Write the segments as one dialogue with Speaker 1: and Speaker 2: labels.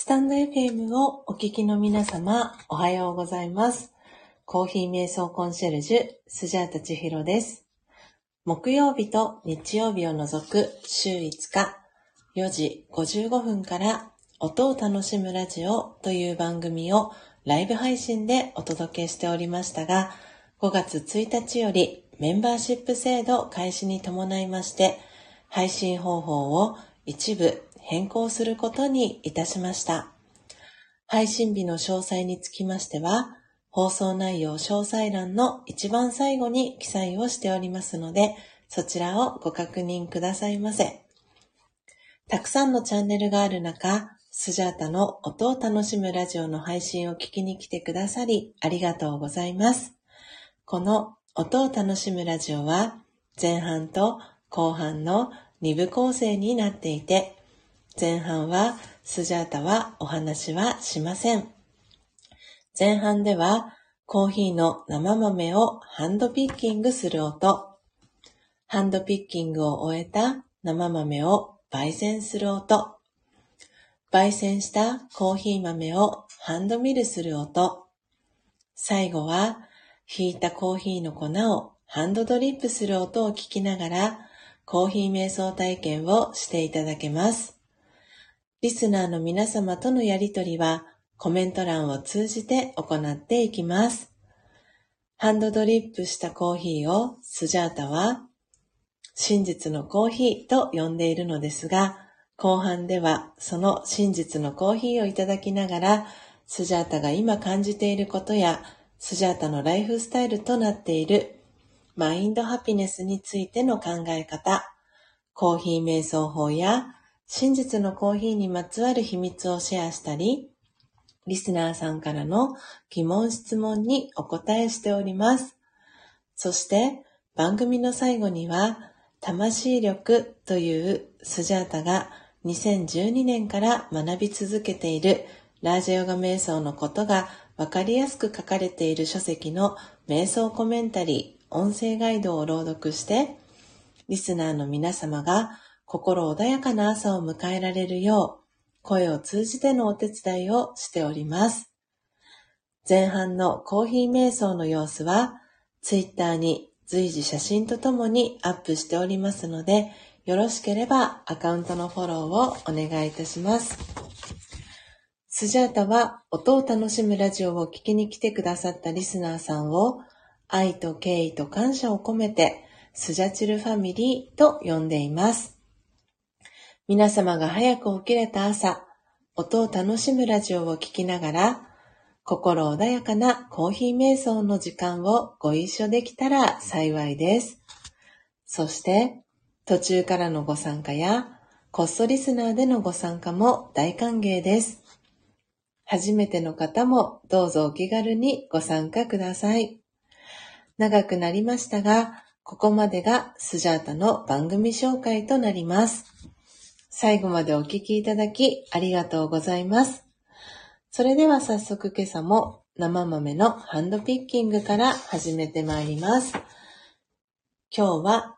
Speaker 1: タンド FM をお聞きの皆様、おはようございます。コーヒー瞑想コンシェルジュ、スジャータ千尋です。木曜日と日曜日を除く週5日、4時55分から音を楽しむラジオという番組をライブ配信でお届けしておりましたが、5月1日よりメンバーシップ制度開始に伴いまして、配信方法を一部変更することにいたしました。配信日の詳細につきましては、放送内容詳細欄の一番最後に記載をしておりますので、そちらをご確認くださいませ。たくさんのチャンネルがある中、スジャータの音を楽しむラジオの配信を聞きに来てくださり、ありがとうございます。この音を楽しむラジオは、前半と後半の2部構成になっていて、前半はスジャータはお話はしません。前半ではコーヒーの生豆をハンドピッキングする音、ハンドピッキングを終えた生豆を焙煎する音、焙煎したコーヒー豆をハンドミルする音、最後はひいたコーヒーの粉をハンドドリップする音を聞きながらコーヒー瞑想体験をしていただけます。リスナーの皆様とのやりとりはコメント欄を通じて行っていきます。ハンドドリップしたコーヒーをスジャータは真実のコーヒーと呼んでいるのですが、後半ではその真実のコーヒーをいただきながら、スジャータが今感じていることや、スジャータのライフスタイルとなっているマインドハピネスについての考え方、コーヒー瞑想法や真実のコーヒーにまつわる秘密をシェアしたり、リスナーさんからの疑問質問にお答えしております。そして番組の最後には、魂力というスジャータが2012年から学び続けているラージャヨガ瞑想のことがわかりやすく書かれている書籍の瞑想コメンタリー、音声ガイドを朗読して、リスナーの皆様が心穏やかな朝を迎えられるよう、声を通じてのお手伝いをしております。前半のコーヒー瞑想の様子は、ツイッターに随時写真とともにアップしておりますので、よろしければアカウントのフォローをお願いいたします。スジャータは音を楽しむラジオを聞きに来てくださったリスナーさんを愛と敬意と感謝を込めてスジャチルファミリーと呼んでいます。皆様が早く起きれた朝、音を楽しむラジオを聞きながら、心穏やかなコーヒー瞑想の時間をご一緒できたら幸いです。そして、途中からのご参加や、コストリスナーでのご参加も大歓迎です。初めての方もどうぞお気軽にご参加ください。長くなりましたが、ここまでがスジャータの番組紹介となります。最後までお聞きいただきありがとうございます。それでは早速今朝も生豆のハンドピッキングから始めてまいります。今日は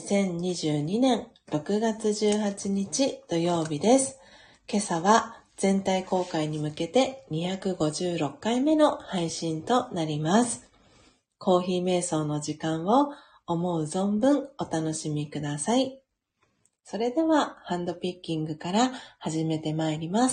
Speaker 1: 2022年6月18日土曜日です。今朝は全体公開に向けて256回目の配信となります。コーヒー瞑想の時間を思う存分お楽しみください。それではハンドピッキングから始めてまいります。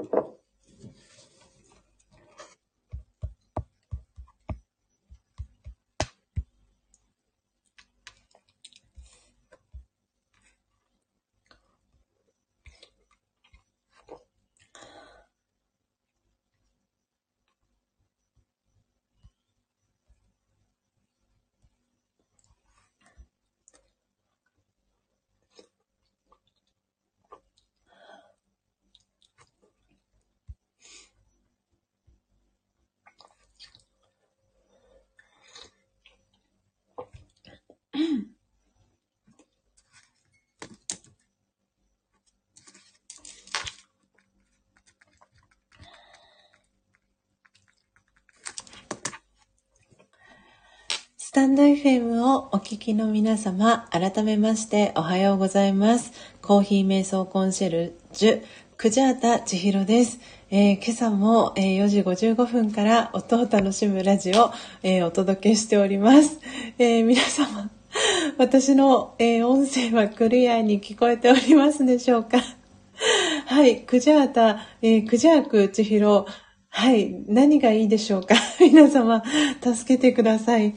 Speaker 1: スタンド FM をお聞きの皆様、改めましておはようございます。コーヒー瞑想コンシェルジュ、クジャータ千尋です。今朝も、4時55分から音を楽しむラジオ、お届けしております。皆様、私の、音声はクリアに聞こえておりますでしょうか？はい、クジャータ、クジャーク千尋、はい、何がいいでしょうか？皆様、助けてください。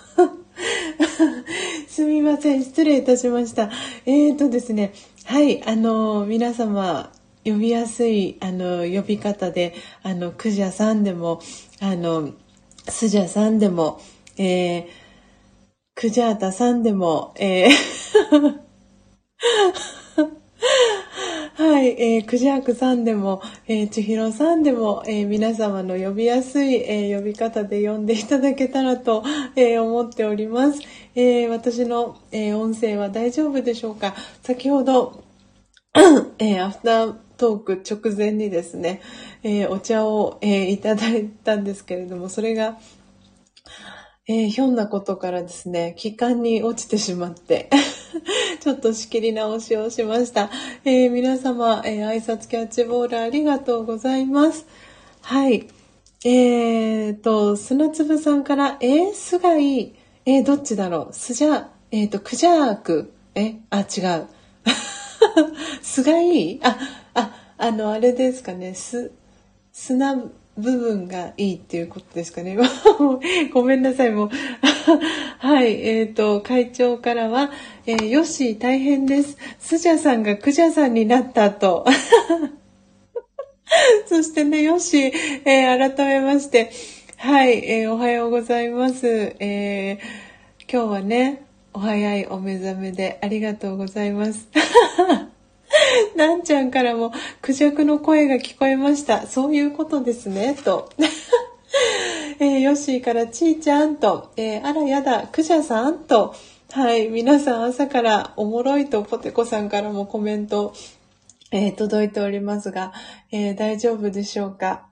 Speaker 1: すみません、失礼いたしました。ですね、はい、皆様、呼びやすい、呼び方で、クジャさんでも、スジャさんでも、クジャータさんでも、はい、クジャークさんでも、千尋さんでも、皆様の呼びやすい、呼び方で呼んでいただけたらと、思っております。私の、音声は大丈夫でしょうか？先ほど、アフタートーク直前にですね、お茶を、いただいたんですけれども、それが、ひょんなことからですね、気管に落ちてしまってちょっと仕切り直しをしました。皆様、挨拶キャッチボールありがとうございます。はい。砂粒さんから、すがいい。どっちだろう。クジャーク。違う。すがいい。あれですかね。砂部分がいいっていうことですかね。ごめんなさい、もう。はい、会長からは、よし、大変です。スジャさんがクジャさんになったと。そしてね、よし、改めまして、はい、おはようございます。今日はね、お早いお目覚めでありがとうございます。なんちゃんからもクジャクの声が聞こえました。そういうことですね、と。ヨッシーからちーちゃんと、あらやだ、クジャさんと、はい、皆さん朝からおもろいとポテコさんからもコメント、届いておりますが、大丈夫でしょうか？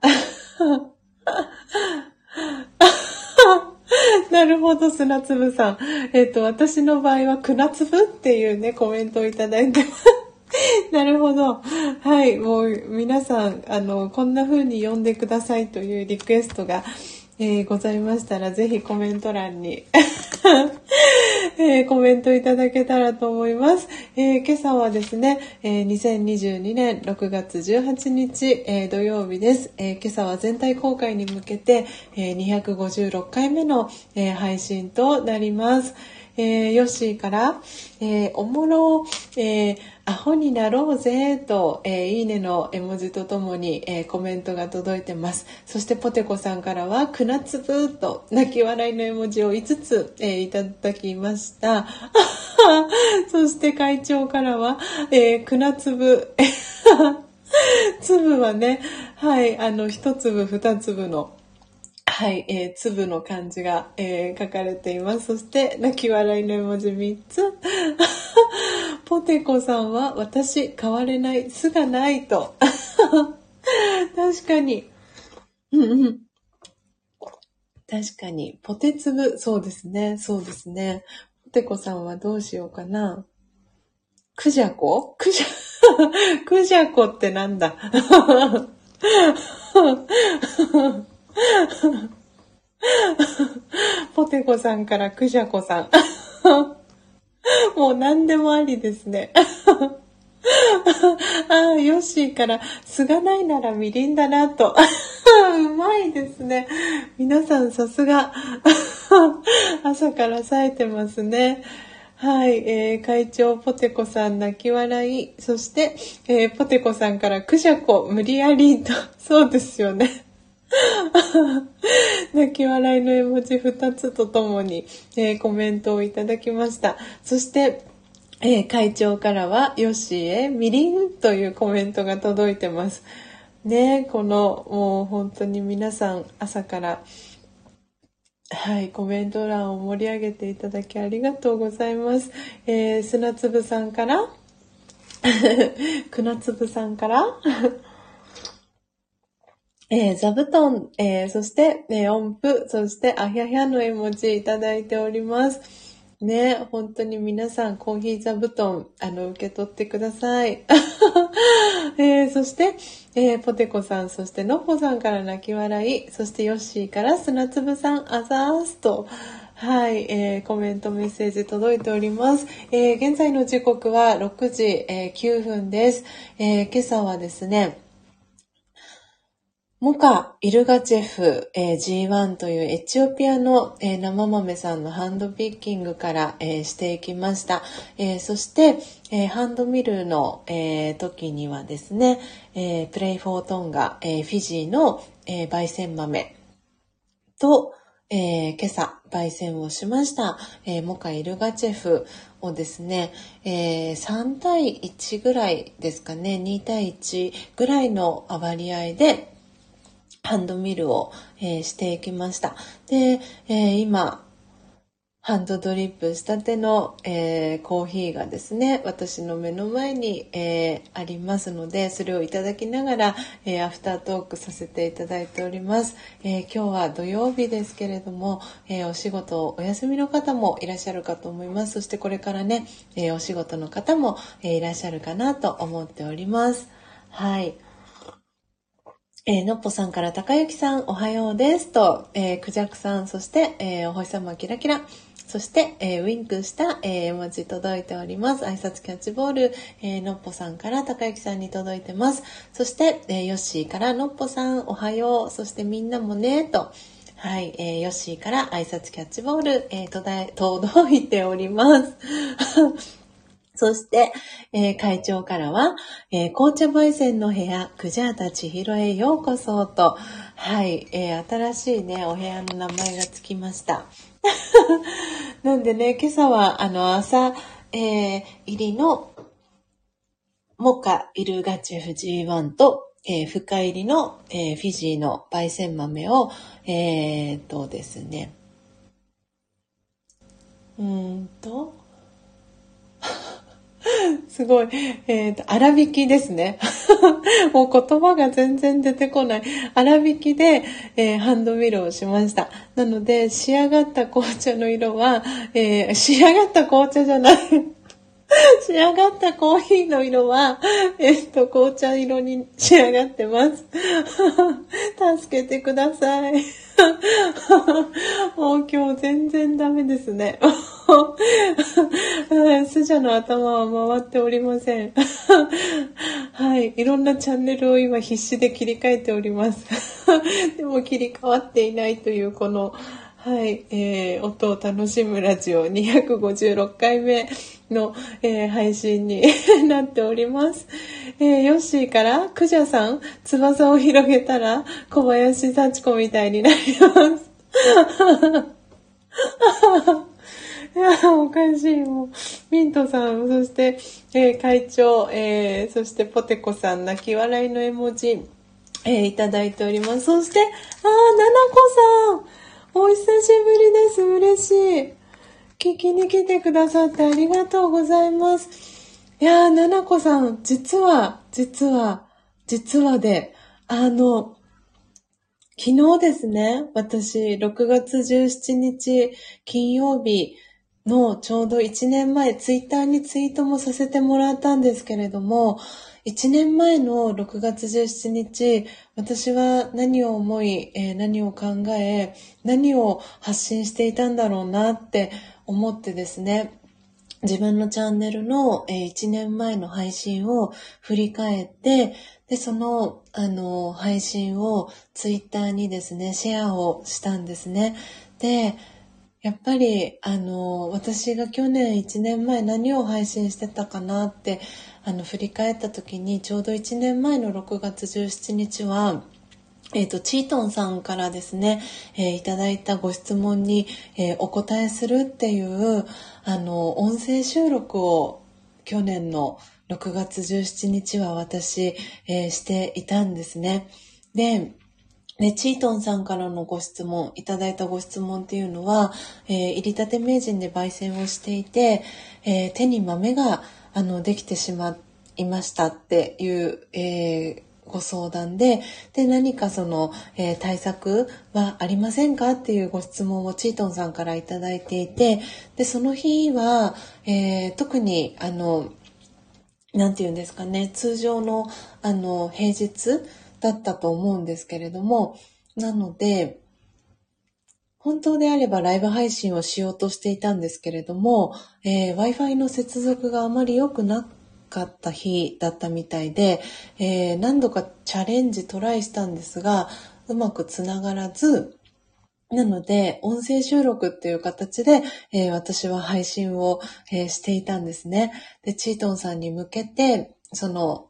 Speaker 1: なるほど、砂粒さん。私の場合は、クナ粒っていうね、コメントをいただいてます。なるほど。はい。もう皆さん、こんな風に呼んでくださいというリクエストが、ございましたら、ぜひコメント欄に、コメントいただけたらと思います。今朝はですね、2022年6月18日、土曜日です。今朝は全体公開に向けて、256回目の、配信となります。ヨッシーから、おもろ、アホになろうぜと、いいねの絵文字とともに、コメントが届いてます。そしてポテコさんからはくなつぶと泣き笑いの絵文字を5つ、いただきました。そして会長からは、くなつぶ粒はね、はい、一粒二粒のはい、粒の漢字が、書かれています。そして、泣き笑いの絵文字3つ。ポテコさんは、私、変われない、すがないと。確かに。確かに。ポテ粒、そうですね。そうですね。ポテコさんはどうしようかな。クジャコクジャコってなんだポテコさんからクジャコさん。もう何でもありですね。 ヨッシーから、酢がないならみりんだなと。うまいですね。皆さんさすが。朝から冴えてますね。はい、会長ポテコさん泣き笑い。そして、ポテコさんからクジャコ無理やりと。そうですよね。泣き笑いの絵文字2つとともに、コメントをいただきました。そして、会長からはヨッシーへみりんというコメントが届いてますね。このもう本当に皆さん朝からはいコメント欄を盛り上げていただきありがとうございます。砂粒さんから砂粒さんから座布団、そして、音符、そしてあひゃひゃの絵文字いただいております。ね、本当に皆さんコーヒー座布団、受け取ってください。そして、ポテコさん、そしてのっぽさんから泣き笑い、そしてヨッシーから砂粒さん、あざーすと、はい、コメントメッセージ届いております。現在の時刻は6時、9分です。今朝はですね、モカ・イルガチェフ、G1 というエチオピアの、生豆さんのハンドピッキングから、していきました。そして、ハンドミルの、時にはですね、プレイフォートンガ、フィジーの、焙煎豆と、今朝焙煎をしました、モカ・イルガチェフをですね、3対1ぐらいですかね、2対1ぐらいの割合でハンドミルを、していきました。で、今ハンドドリップしたての、コーヒーがですね私の目の前に、ありますのでそれをいただきながら、アフタートークさせていただいております。今日は土曜日ですけれども、お仕事お休みの方もいらっしゃるかと思います。そしてこれからね、お仕事の方も、いらっしゃるかなと思っております。はい。のっぽさんから高幸さんおはようですと、クジャクさん、そして、お星様キラキラ、そして、ウィンクした、絵文字届いております。挨拶キャッチボール、のっぽさんから高幸さんに届いてます。そして、ヨッシーからのっぽさんおはよう、そしてみんなもねと、はい、ヨッシーから挨拶キャッチボール、届いております。そして、会長からは、紅茶焙煎の部屋、クジャータ千尋へようこそと、はい、新しいね、お部屋の名前がつきました。なんでね、今朝は、朝、入りの、モカ・イルガチェフ G1 と、深入りの、フィジーの焙煎豆を、ですね、すごい。粗挽きですね。もう言葉が全然出てこない。粗挽きで、ハンドミルをしました。なので、仕上がった紅茶の色は、仕上がった紅茶じゃない。仕上がったコーヒーの色は、紅茶色に仕上がってます。助けてください。もう今日全然ダメですね。スジャの頭は回っておりません。はい。いろんなチャンネルを今必死で切り替えております。でも切り替わっていないというこの、はい、音を楽しむラジオ256回目の、配信になっております。ヨッシーからクジャさん翼を広げたら小林幸子みたいになります。いや、おかしい。もう、ミントさん、そして、会長、そしてポテコさん、泣き笑いの絵文字、いただいております。そして、ナナコさん、お久しぶりです。嬉しい。聞きに来てくださってありがとうございます。いやー、ナナコさん、実はで、昨日ですね、私、6月17日金曜日のちょうど1年前、ツイッターにツイートもさせてもらったんですけれども、1年前の6月17日、私は何を思い、何を考え、何を発信していたんだろうなって思ってですね、 自分のチャンネルの、1年前の配信を振り返って、で、その、配信をツイッターにですね、シェアをしたんですね。で、やっぱり、私が去年1年前何を配信してたかなって、振り返った時に、ちょうど1年前の6月17日は、チートンさんからですね、いただいたご質問に、お答えするっていう、音声収録を去年の6月17日は私、していたんですね。で、チートンさんからのご質問、いただいたご質問っていうのは、入りたて名人で焙煎をしていて、手に豆ができてしまいましたっていう、ご相談で、何かその、対策はありませんかっていうご質問をチートンさんからいただいていて、で、その日は、特になんていうんですかね、通常の平日だったと思うんですけれども、なので、本当であればライブ配信をしようとしていたんですけれども、Wi-Fi の接続があまり良くなかった日だったみたいで、何度かチャレンジトライしたんですが、うまくつながらず、なので、音声収録っていう形で、私は配信を、していたんですね。で、チートンさんに向けて、その、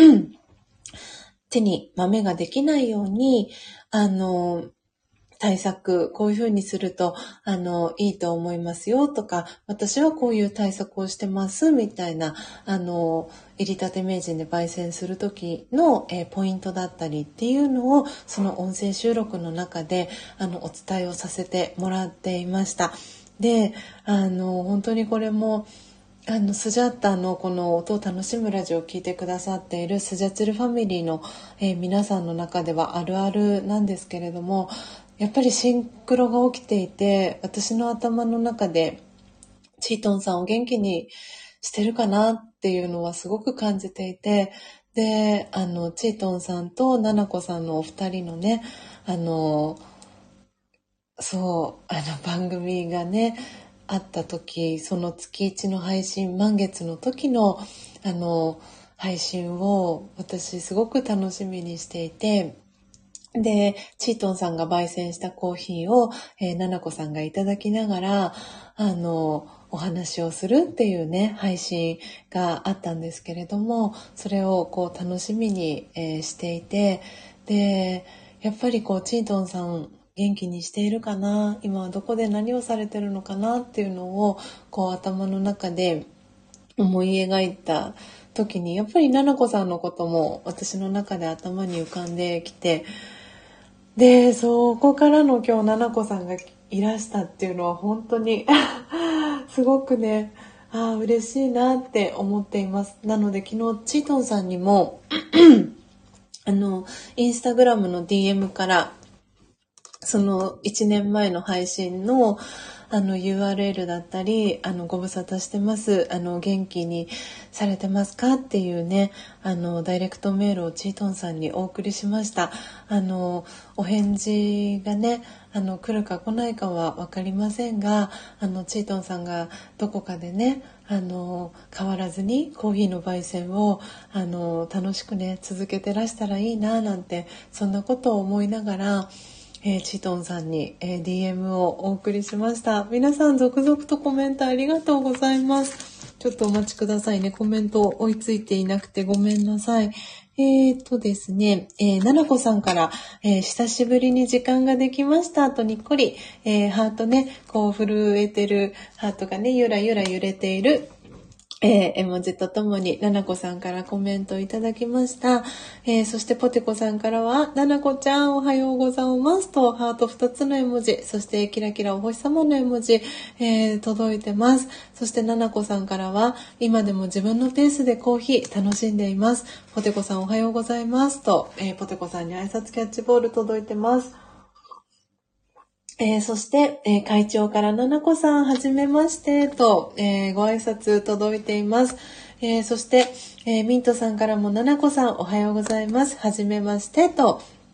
Speaker 1: 手に豆ができないように、対策、こういうふうにすると、いいと思いますよとか、私はこういう対策をしてます、みたいな、入りたて名人で焙煎する時の、ポイントだったりっていうのを、その音声収録の中で、お伝えをさせてもらっていました。で、本当にこれも、スジャータのこの音を楽しむラジオを聞いてくださっているスジャチルファミリーの、皆さんの中ではあるあるなんですけれども、やっぱりシンクロが起きていて、私の頭の中でチートンさんを元気にしてるかなっていうのはすごく感じていて、で、チートンさんとナナコさんのお二人のね、番組がね、あった時、その月1の配信、満月の時の、配信を私すごく楽しみにしていて、で、チートンさんが焙煎したコーヒーを、ナナコさんがいただきながら、お話をするっていうね、配信があったんですけれども、それをこう楽しみに、していて、で、やっぱりこう、チートンさん元気にしているかな、今はどこで何をされてるのかなっていうのを、こう頭の中で思い描いた時に、やっぱりナナコさんのことも私の中で頭に浮かんできて、で、そこからの今日、ななこさんがいらしたっていうのは本当にすごくね、嬉しいなって思っています。なので昨日、チートンさんにもインスタグラムの DM から、その1年前の配信のURL だったり、ご無沙汰してます。元気にされてますかっていうね、ダイレクトメールをチートンさんにお送りしました。お返事がね、来るか来ないかはわかりませんが、チートンさんがどこかでね、変わらずにコーヒーの焙煎を、楽しくね、続けてらしたらいいな、なんて、そんなことを思いながら、チートンさんに、DM をお送りしました。皆さん続々とコメントありがとうございます。ちょっとお待ちくださいね。コメント追いついていなくてごめんなさい。ですね、ななこさんから、久しぶりに時間ができましたとにっこり、ハートね、こう震えてるハートがね、ゆらゆら揺れている絵文字とともに、ななこさんからコメントいただきました。そしてポテコさんからは、ななこちゃんおはようございますと、ハート2つの絵文字、そしてキラキラお星様の絵文字、届いてます。そしてななこさんからは、今でも自分のペースでコーヒー楽しんでいます。ポテコさんおはようございますと、ポテコさんに挨拶キャッチボール届いてます。そして、会長からななこさんはじめましてと、ご挨拶届いています。そして、ミントさんからもななこさんおはようございます。はじめましてと、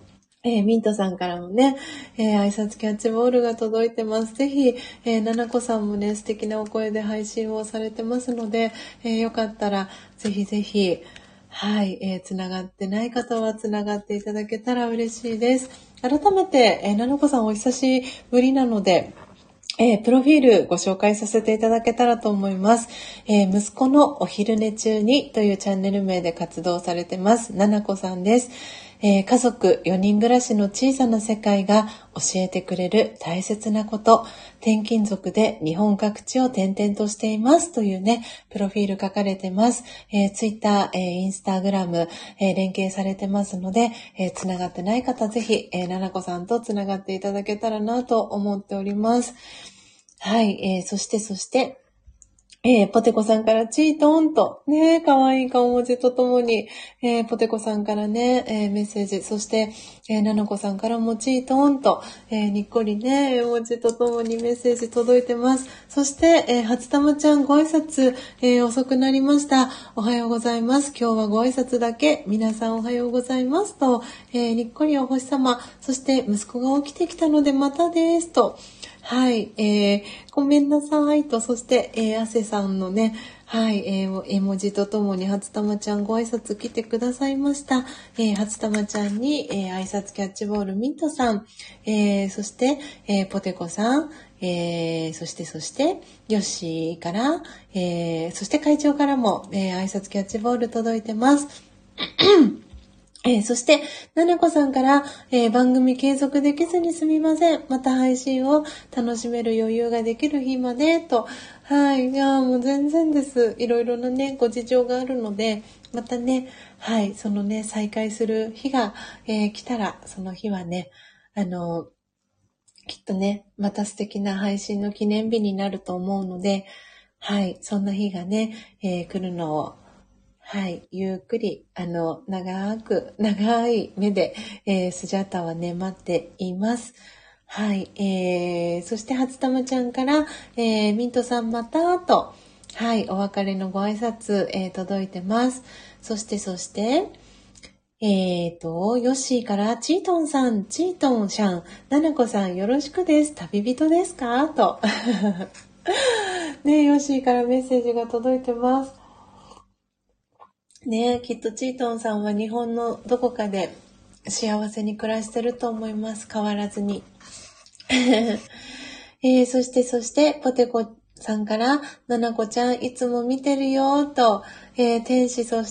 Speaker 1: ミントさんからもね、挨拶キャッチボールが届いてます。ぜひ、ななこさんもね、素敵なお声で配信をされてますので、よかったら、ぜひぜひ、はい、つながってない方はつながっていただけたら嬉しいです。改めて、ななこさんお久しぶりなので、プロフィールご紹介させていただけたらと思います。息子のお昼寝中にというチャンネル名で活動されてます、ななこさんです。家族4人暮らしの小さな世界が教えてくれる大切なこと、転勤族で日本各地を転々としていますというね、プロフィール書かれてます。ツイッター、インスタグラム、連携されてますので、つながってない方ぜひ、ななこさんとつながっていただけたらなと思っております。はい、そして、ポテコさんからチートンと、ね、かわいい顔文字とともに、ポテコさんからね、メッセージ、そして、ナナコさんからもチートンと、にっこりね、絵文字とともにメッセージ届いてます。そして、初玉ちゃんご挨拶、遅くなりました。おはようございます。今日はご挨拶だけ、皆さんおはようございますと、にっこりお星様、そして息子が起きてきたのでまたですと、はい、ごめんなさいと、そして、汗さんのね、はい、絵文字とともに初玉ちゃんご挨拶来てくださいました。初玉ちゃんに、挨拶キャッチボールミントさん、そして、ポテコさん、そして、ヨッシーから、そして会長からも、挨拶キャッチボール届いてます。そして、ななこさんから、番組継続できずにすみません。また配信を楽しめる余裕ができる日まで、と。はい。いや、もう全然です。いろいろなね、ご事情があるので、またね、はい、そのね、再開する日が、来たら、その日はね、きっとね、また素敵な配信の記念日になると思うので、はい、そんな日がね、来るのを、はい。ゆっくり、長い目で、スジャータはね、待っています。はい。そして、初玉ちゃんから、ミントさんまた、と、はい。お別れのご挨拶、届いてます。そして、ヨッシーから、チートンさん、チートンシャン、ナナコさんよろしくです。旅人ですかと。ね、ヨッシーからメッセージが届いてます。ねえ、きっとチートンさんは日本のどこかで幸せに暮らしてると思います。変わらずに。そして、ポテコさんから、ななこちゃんいつも見てるよと、天使、そして、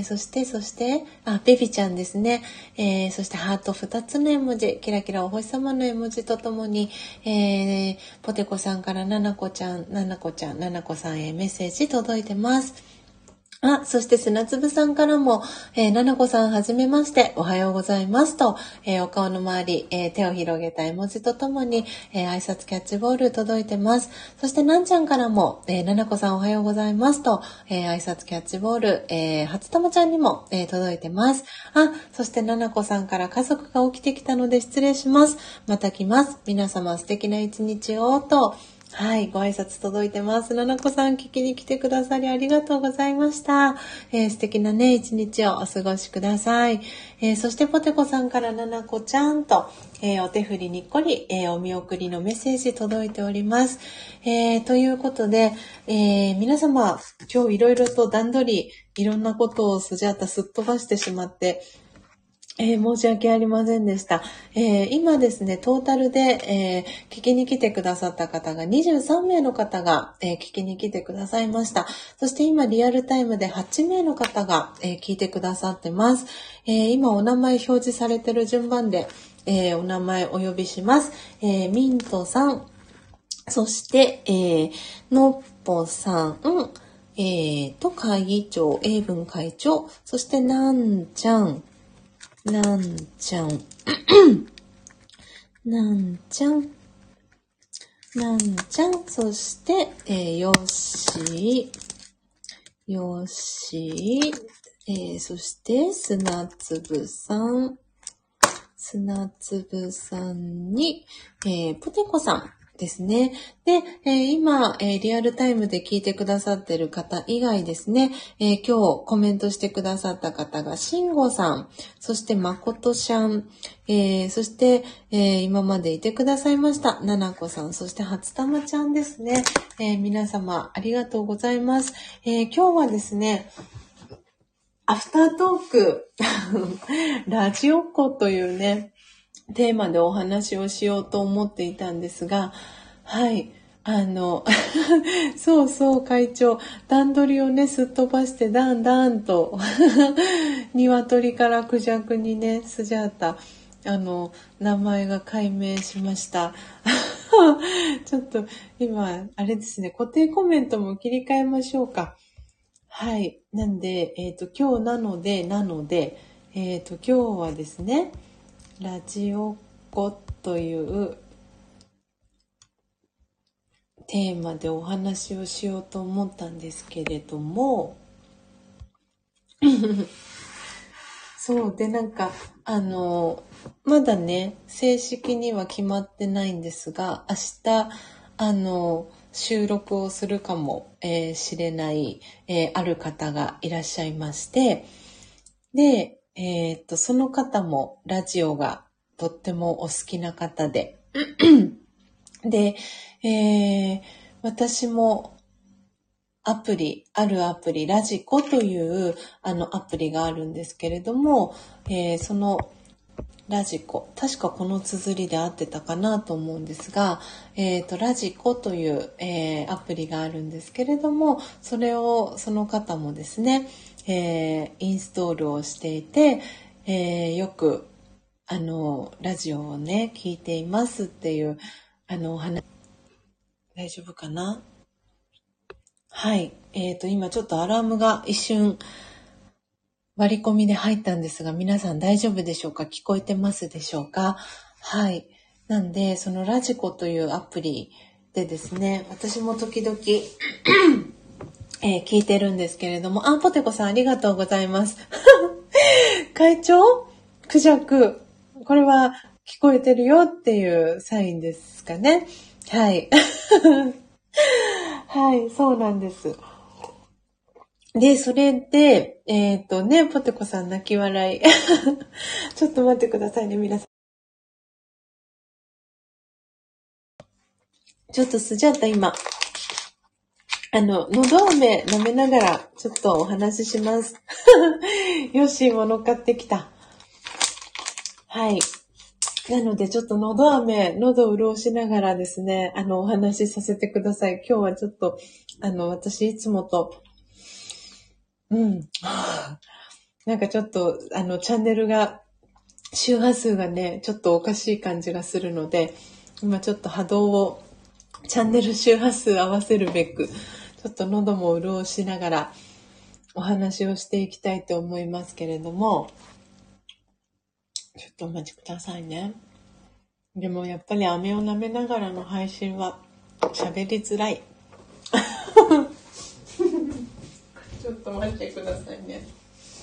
Speaker 1: ベビちゃんですね。そしてハート2つの絵文字、キラキラお星様の絵文字とともに、ポテコさんからななこさんへメッセージ届いてます。そして砂粒さんからも、ななこさんはじめまして、おはようございますと、お顔の周り、手を広げた絵文字とともに、挨拶キャッチボール届いてます。そしてなんちゃんからも、ななこさんおはようございますと、挨拶キャッチボール、初玉ちゃんにも、届いてます。そしてななこさんから家族が起きてきたので失礼します。また来ます。皆様素敵な一日をと、はい、ご挨拶届いてます。ななこさん聞きに来てくださりありがとうございました。素敵なね、一日をお過ごしください。そしてポテコさんからななこちゃんと、お手振りにっこり、お見送りのメッセージ届いております。ということで、皆様、今日いろいろと段取り、いろんなことをスジャータすっ飛ばしてしまって、申し訳ありませんでした。今ですね、トータルで、聞きに来てくださった方が23名の方が、聞きに来てくださいました。そして今リアルタイムで8名の方が、聞いてくださってます。今お名前表示されてる順番で、お名前お呼びします。ミントさん、そして、のっぽさん、会議長、英文会長、そしてなんちゃん、なんちゃん、そして、よし、そして、砂粒さんに、ポテコさん、 ですね。で、今、リアルタイムで聞いてくださっている方以外ですね、今日コメントしてくださった方が、しんごさん、そしてまことしゃん、そして、今までいてくださいました、ななこさん、そして初玉ちゃんですね。皆様、ありがとうございます。今日はですね、アフタートーク、ラジオっ子というね、テーマでお話をしようと思っていたんですが、はい、そうそう、会長、段取りをね、すっ飛ばして、だんだんと、鶏からクジャクにね、スジャータ、名前が改名しました。ちょっと、今、あれですね、固定コメントも切り替えましょうか。はい。なんで、今日なので、今日はですね、ラジオっ子というテーマでお話をしようと思ったんですけれども、そうでなんかまだね正式には決まってないんですが、明日収録をするかもしれない、ある方がいらっしゃいまして、で、その方もラジオがとってもお好きな方でで、私もあるアプリ、ラジコというアプリがあるんですけれども、そのラジコ、確かこの綴りで合ってたかなと思うんですが、ラジコという、アプリがあるんですけれども、それをその方もですね、インストールをしていて、よくラジオをね聞いていますっていうお話、大丈夫かな？はい。今ちょっとアラームが一瞬割り込みで入ったんですが、皆さん大丈夫でしょうか？聞こえてますでしょうか？はい。なんで、そのラジコというアプリでですね、私も時々、聞いてるんですけれども、ポテコさんありがとうございます。会長クジャク。これは聞こえてるよっていうサインですかね。はい。はい、そうなんです。で、それで、ポテコさん泣き笑い。ちょっと待ってくださいね、皆さん。ちょっとスジャータ今、のど飴舐めながら、ちょっとお話しします。よしも乗っかってきた。はい。なので、ちょっと喉を潤しながらですね、お話しさせてください。今日はちょっと、私いつもと、なんかちょっと、チャンネルが、周波数がね、ちょっとおかしい感じがするので、今ちょっと波動を、チャンネル周波数合わせるべく、ちょっと喉も潤しながらお話をしていきたいと思いますけれども、ちょっとお待ちくださいね。でもやっぱり飴を舐めながらの配信は喋りづらい。ちょっと待ってくださいね。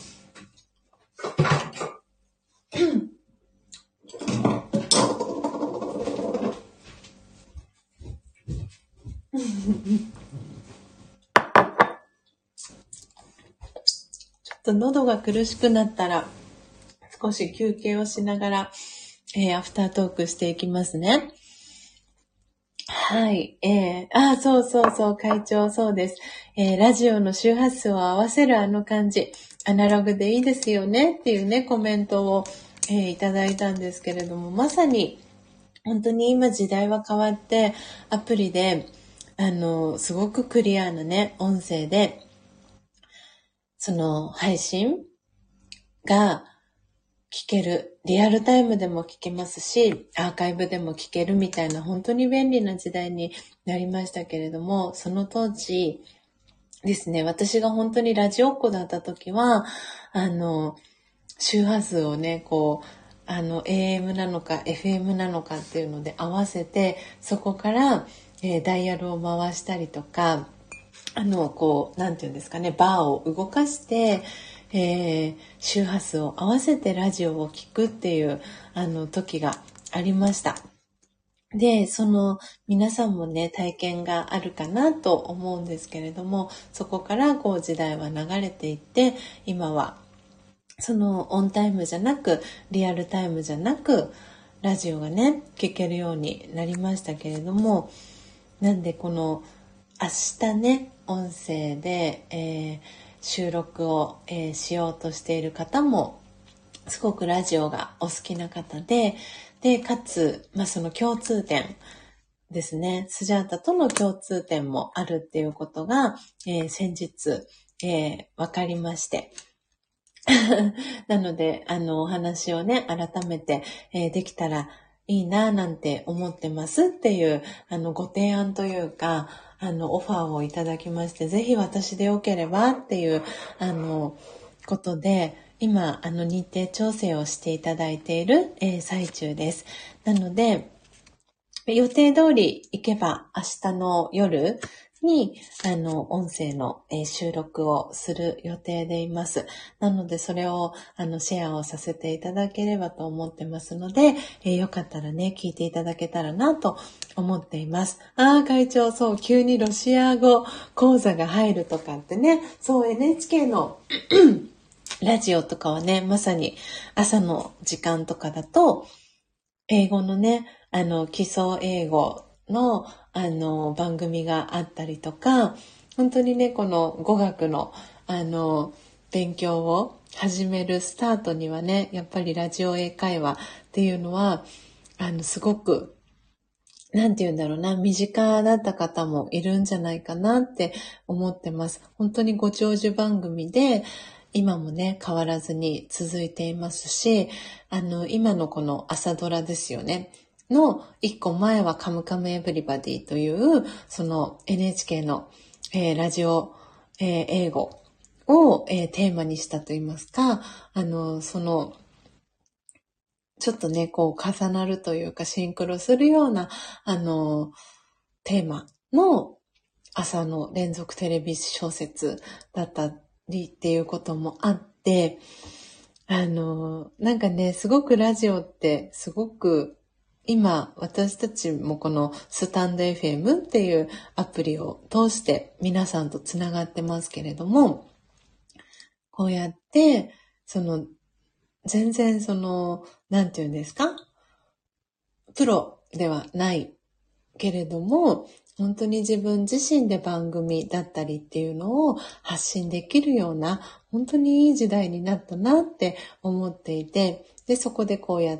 Speaker 1: ちょっと喉が苦しくなったら少し休憩をしながら、アフタートークしていきますね。はい。そう、会長、そうです。ラジオの周波数を合わせるあの感じ、アナログでいいですよねっていうね、コメントを、いただいたんですけれども、まさに、本当に今時代は変わって、アプリで、すごくクリアなね、音声で、その配信が聞ける。リアルタイムでも聞けますし、アーカイブでも聞けるみたいな本当に便利な時代になりましたけれども、その当時ですね、私が本当にラジオっ子だった時は、周波数をね、AM なのか FM なのかっていうので合わせて、そこから、ダイヤルを回したりとか、なんていうんですかね、バーを動かして、周波数を合わせてラジオを聞くっていう時がありました。 で、皆さんもね、体験があるかなと思うんですけれども、そこから時代は流れていって、今はオンタイムじゃなく、リアルタイムじゃなく、ラジオがね、聞けるようになりましたけれども、なんで明日ね、音声で、収録を、しようとしている方も、すごくラジオがお好きな方で、かつ、その共通点ですね、スジャータとの共通点もあるっていうことが、先日、分かりまして、なので、お話をね、改めて、できたらいいな、なんて思ってますっていう、ご提案というか、オファーをいただきまして、ぜひ私でよければっていう、ことで、今、日程調整をしていただいている、最中です。なので、予定通り行けば明日の夜に、音声の、収録をする予定でいます。なので、それを、シェアをさせていただければと思ってますので、よかったらね、聞いていただけたらなと思っています。会長、そう、急にロシア語講座が入るとかってね、そう、NHK のラジオとかはね、まさに朝の時間とかだと、英語のね、基礎英語の、番組があったりとか、本当にね、この語学の、勉強を始めるスタートにはね、やっぱりラジオ英会話っていうのは、すごく、なんて言うんだろうな、身近だった方もいるんじゃないかなって思ってます。本当にご長寿番組で、今もね、変わらずに続いていますし、今のこの朝ドラですよね。の一個前はカムカムエヴリバディという、その NHK の、ラジオ、英語を、テーマにしたといいますか、ちょっとね、重なるというかシンクロするような、テーマの朝の連続テレビ小説だったりっていうこともあって、なんかね、すごくラジオってすごく今私たちもこのスタンド FM っていうアプリを通して皆さんとつながってますけれども、こうやって全然なんていうんですか、プロではないけれども、本当に自分自身で番組だったりっていうのを発信できるような、本当にいい時代になったなって思っていて、で、そこでこうやって、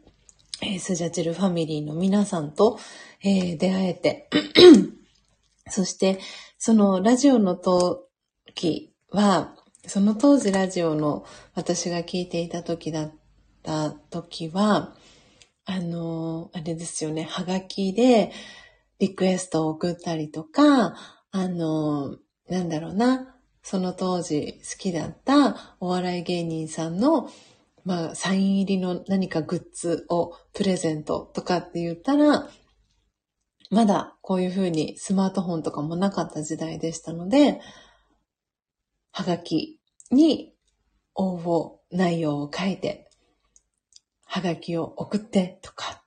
Speaker 1: スジャチルファミリーの皆さんと、出会えて、そして、そのラジオの時は、その当時ラジオの私が聞いていた時だった時は、あれですよね、はがきでリクエストを送ったりとか、なんだろうな、その当時好きだったお笑い芸人さんの、サイン入りの何かグッズをプレゼントとかって言ったら、まだこういう風にスマートフォンとかもなかった時代でしたので、はがきに応募内容を書いて、はがきを送ってとか、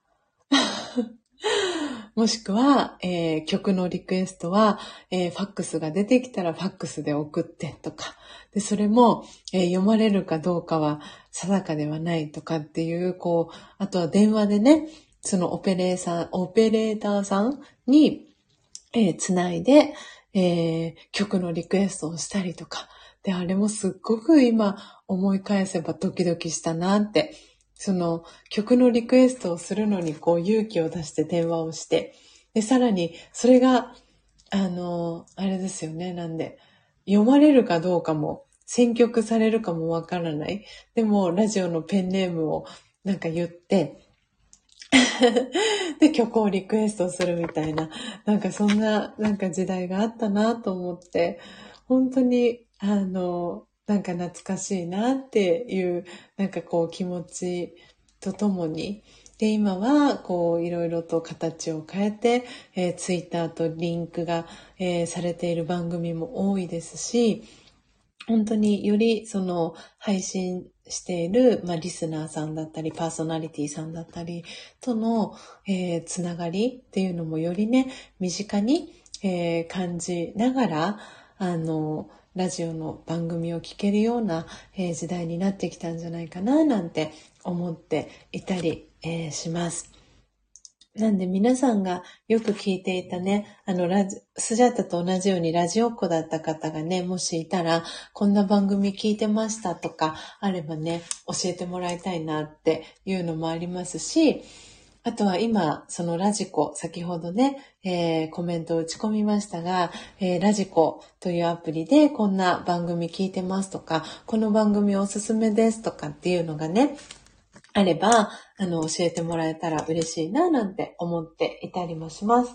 Speaker 1: もしくは、曲のリクエストは、ファックスが出てきたらファックスで送ってとか、で、それも、読まれるかどうかは定かではないとかっていう、あとは電話でね、そのオペレーターさんに、つないで、曲のリクエストをしたりとか、で、あれもすっごく今思い返せばドキドキしたなって、その曲のリクエストをするのに勇気を出して電話をして、で、さらにそれが、あれですよね、なんで、読まれるかどうかも、選曲されるかもわからない。でも、ラジオのペンネームをなんか言って、で、曲をリクエストするみたいな、なんかそんな、なんか時代があったなと思って、本当に、なんか懐かしいなっていう、なんか気持ちとともに、で、今はいろいろと形を変えて、ツイッターとリンクが、されている番組も多いですし、 本当によりその配信している、リスナーさんだったり、パーソナリティさんだったりとの、つながりっていうのもよりね、身近に、感じながら、ラジオの番組を聞けるような、時代になってきたんじゃないかな、なんて思っていたり、します。なんで皆さんがよく聞いていたね、スジャータと同じようにラジオっ子だった方がね、もしいたら、こんな番組聞いてましたとかあればね、教えてもらいたいなっていうのもありますし、あとは今、そのラジコ、先ほどね、コメントを打ち込みましたが、ラジコというアプリでこんな番組聞いてますとか、この番組おすすめですとかっていうのがね、あれば、教えてもらえたら嬉しいな、なんて思っていたりもします。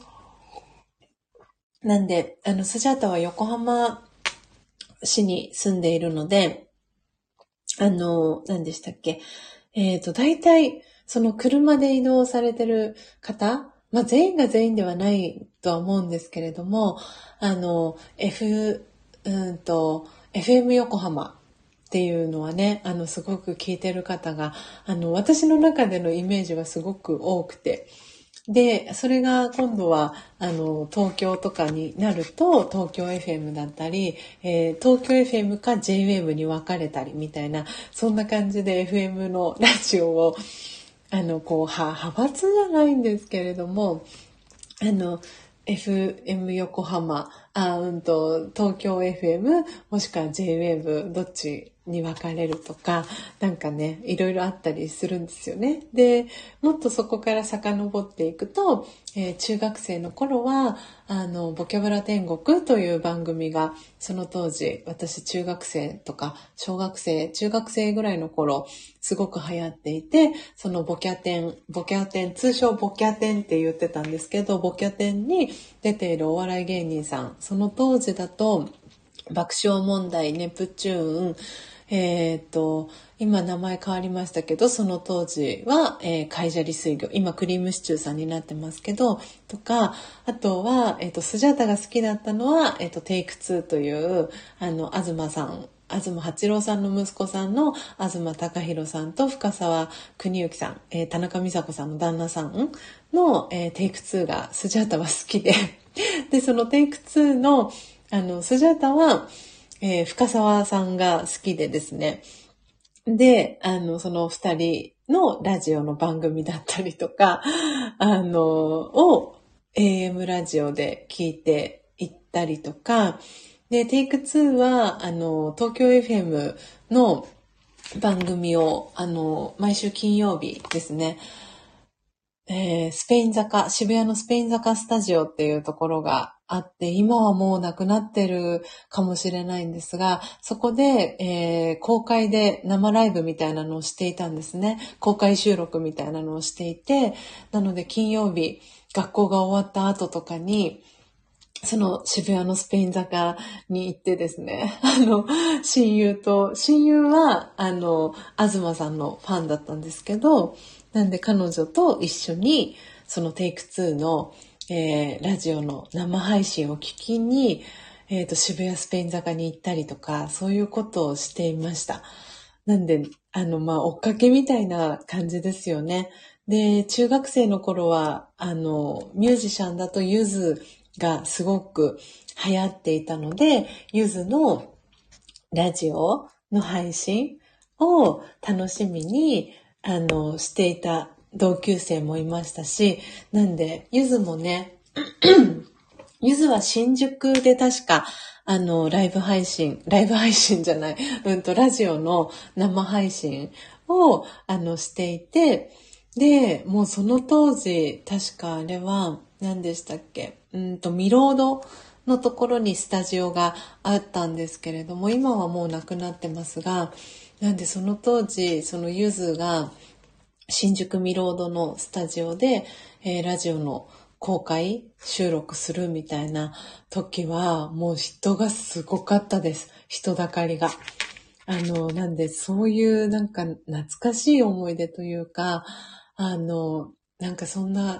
Speaker 1: なんで、スジャータは横浜市に住んでいるので、何でしたっけ？大体、その車で移動されてる方、全員が全員ではないとは思うんですけれども、FM 横浜っていうのはね、すごく聞いてる方が、私の中でのイメージはすごく多くて、で、それが今度は、東京とかになると、東京 FM だったり、東京 FM か JWAVE に分かれたりみたいな、そんな感じで FM のラジオを、派閥じゃないんですけれども、FM 横浜、東京 FM、もしくは JWAVE、どっちに分かれるとか、なんかね、いろいろあったりするんですよね。で、もっとそこから遡っていくと、中学生の頃は、ボキャブラ天国という番組が、その当時、私中学生とか、小学生、中学生ぐらいの頃、すごく流行っていて、そのボキャテン、通称ボキャテンって言ってたんですけど、ボキャテンに出ているお笑い芸人さん、その当時だと、爆笑問題、ネプチューン、今名前変わりましたけど、その当時は、海砂利水魚、今クリームシチューさんになってますけど、とか、あとは、スジャータが好きだったのは、テイク2という、東八郎さんの息子さんの東貴弘さんと深沢邦之さん、田中美佐子さんの旦那さんの、テイク2がスジャータは好きで、で、そのテイク2の、スジャータは、深沢さんが好きでですね。で、その二人のラジオの番組だったりとか、を AM ラジオで聞いていったりとか、で、テイク2は、東京 FM の番組を、毎週金曜日ですね、スペイン坂、渋谷のスペイン坂スタジオっていうところがあって、今はもうなくなってるかもしれないんですが、そこで、公開で生ライブみたいなのをしていたんですね。公開収録みたいなのをしていて、なので金曜日、学校が終わった後とかに、その渋谷のスペイン坂に行ってですね、親友は、東さんのファンだったんですけど、なんで彼女と一緒に、そのテイク2の、ラジオの生配信を聞きに、渋谷スペイン坂に行ったりとか、そういうことをしていました。なんで、追っかけみたいな感じですよね。で、中学生の頃は、ミュージシャンだとゆずがすごく流行っていたので、ゆずのラジオの配信を楽しみに、していた同級生もいましたし、なんで、ゆずもね、ゆずは新宿で確か、ライブ配信じゃない、ラジオの生配信を、していて、で、もうその当時、確かあれは、何でしたっけ、ミロードのところにスタジオがあったんですけれども、今はもうなくなってますが、なんでその当時、そのゆずが、新宿ミロードのスタジオで、ラジオの公開収録するみたいな時は、もう人がすごかったです。人だかりが。なんでそういう懐かしい思い出というか、なんかそんな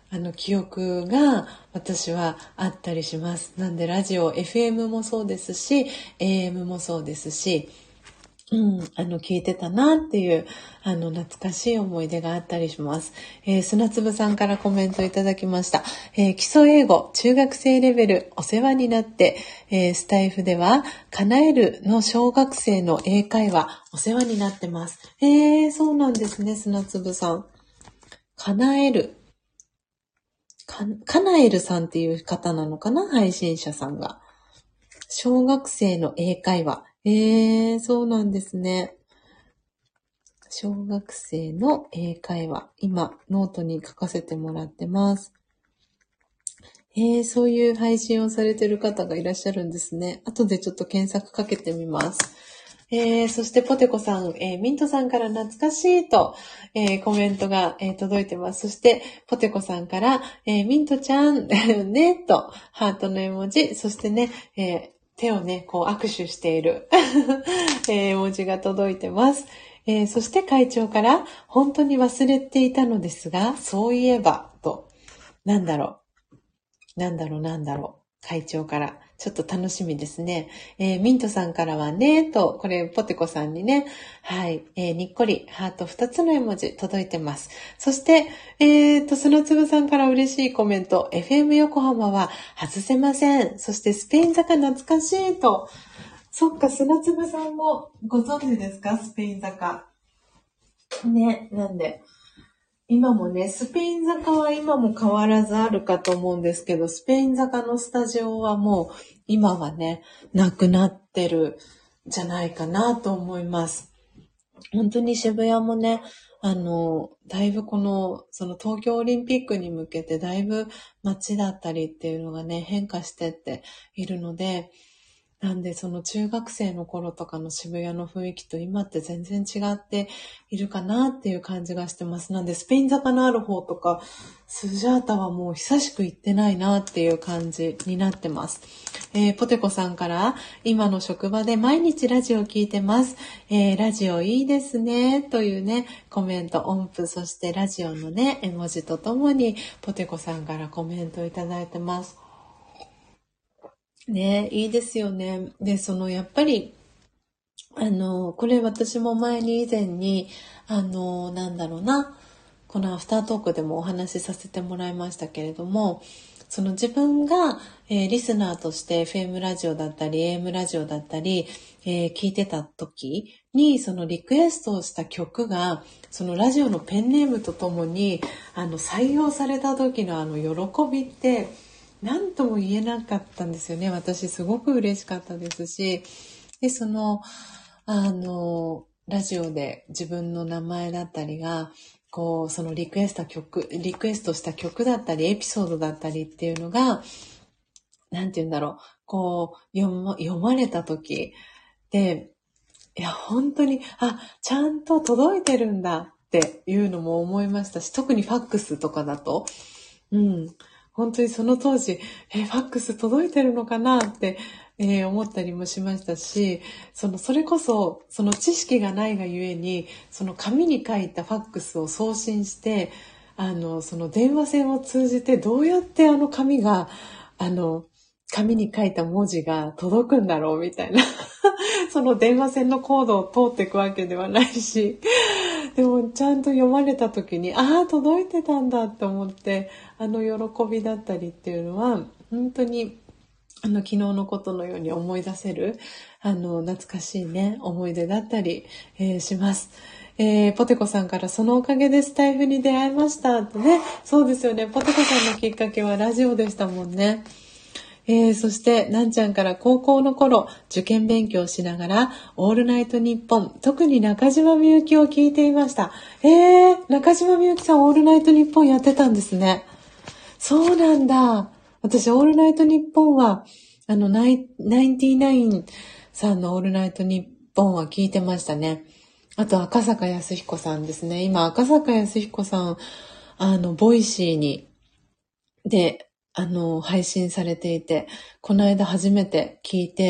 Speaker 1: 記憶が私はあったりします。なんでラジオ、FM もそうですし、AM もそうですし、聞いてたなっていう、懐かしい思い出があったりします。砂粒さんからコメントいただきました。基礎英語、中学生レベル、お世話になって、スタイフでは、叶えるの小学生の英会話、お世話になってます。そうなんですね、砂粒さん。叶える。叶えるさんっていう方なのかな、配信者さんが。小学生の英会話。そうなんですね。小学生の英会話。今、ノートに書かせてもらってます。そういう配信をされてる方がいらっしゃるんですね。後でちょっと検索かけてみます。そしてポテコさん、ミントさんから懐かしいと、コメントが、届いてます。そしてポテコさんから、ミントちゃんねとハートの絵文字、そしてね、手をねこう握手している、絵文字が届いてます。そして会長から本当に忘れていたのですが、そういえばと、なんだろう。会長から。ちょっと楽しみですね。ミントさんからはね、と、これ、ポテコさんにね、はい、にっこり、ハート2つの絵文字届いてます。そして、砂粒さんから嬉しいコメント、FM 横浜は外せません。そして、スペイン坂懐かしいと。そっか、砂粒さんもご存知ですか？スペイン坂。ね、なんで。今もね、スペイン坂は今も変わらずあるかと思うんですけど、スペイン坂のスタジオはもう今はね、なくなってるんじゃないかなと思います。本当に渋谷もね、だいぶその東京オリンピックに向けてだいぶ街だったりっていうのがね、変化してっているので、なんでその中学生の頃とかの渋谷の雰囲気と今って全然違っているかなっていう感じがしてます。なんでスペイン坂のある方とかスジャータはもう久しく行ってないなっていう感じになってます。ポテコさんから今の職場で毎日ラジオ聞いてます。ラジオいいですねというねコメント音符、そしてラジオのね絵文字とともにポテコさんからコメントいただいてます。ね、いいですよね。で、やっぱり、これ私も前に以前に、このアフタートークでもお話しさせてもらいましたけれども、自分が、リスナーとして FM ラジオだったり AM ラジオだったり、聞いてた時にリクエストをした曲がラジオのペンネームとともに採用された時の喜びって何とも言えなかったんですよね。私すごく嬉しかったですし、でラジオで自分の名前だったりがリクエストした曲だったりエピソードだったりっていうのがなんて言うんだろう、読まれた時で、いや本当にちゃんと届いてるんだっていうのも思いましたし、特にファックスとかだと本当にその当時ファックス届いてるのかなって、思ったりもしましたし、それこそ知識がないがゆえに紙に書いたファックスを送信して電話線を通じてどうやって紙が紙に書いた文字が届くんだろうみたいな電話線のコードを通っていくわけではないし、でもちゃんと読まれた時に届いてたんだって思って喜びだったりっていうのは本当に昨日のことのように思い出せる懐かしいね思い出だったり、します。ポテコさんからそのおかげでスタイフに出会いましたってね。そうですよね。ポテコさんのきっかけはラジオでしたもんね。そして、なんちゃんから高校の頃、受験勉強しながら、オールナイトニッポン、特に中島みゆきを聞いていました。中島みゆきさん、オールナイトニッポンやってたんですね。そうなんだ。私、オールナイトニッポンは、ナインティナインさんのオールナイトニッポンは聞いてましたね。あと、赤坂康彦さんですね。今、赤坂康彦さん、ボイシーに、で、配信されていて、この間初めて聞いて、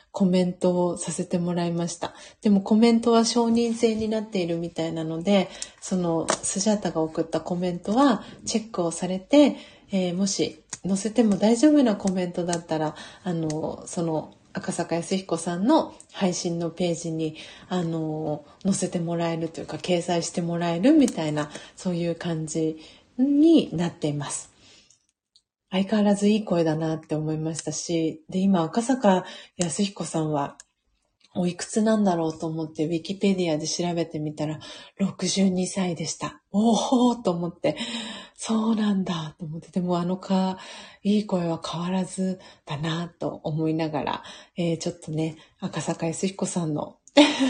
Speaker 1: コメントをさせてもらいました。でもコメントは承認制になっているみたいなので、そのスジャータが送ったコメントはチェックをされて、もし載せても大丈夫なコメントだったら、その赤坂康彦さんの配信のページに、載せてもらえるというか、掲載してもらえるみたいな、そういう感じになっています。相変わらずいい声だなって思いましたし、で、今赤坂康彦さんはおいくつなんだろうと思ってウィキペディアで調べてみたら62歳でした。おーと思って、そうなんだと思って、でもいい声は変わらずだなと思いながら、ちょっとね、赤坂康彦さんの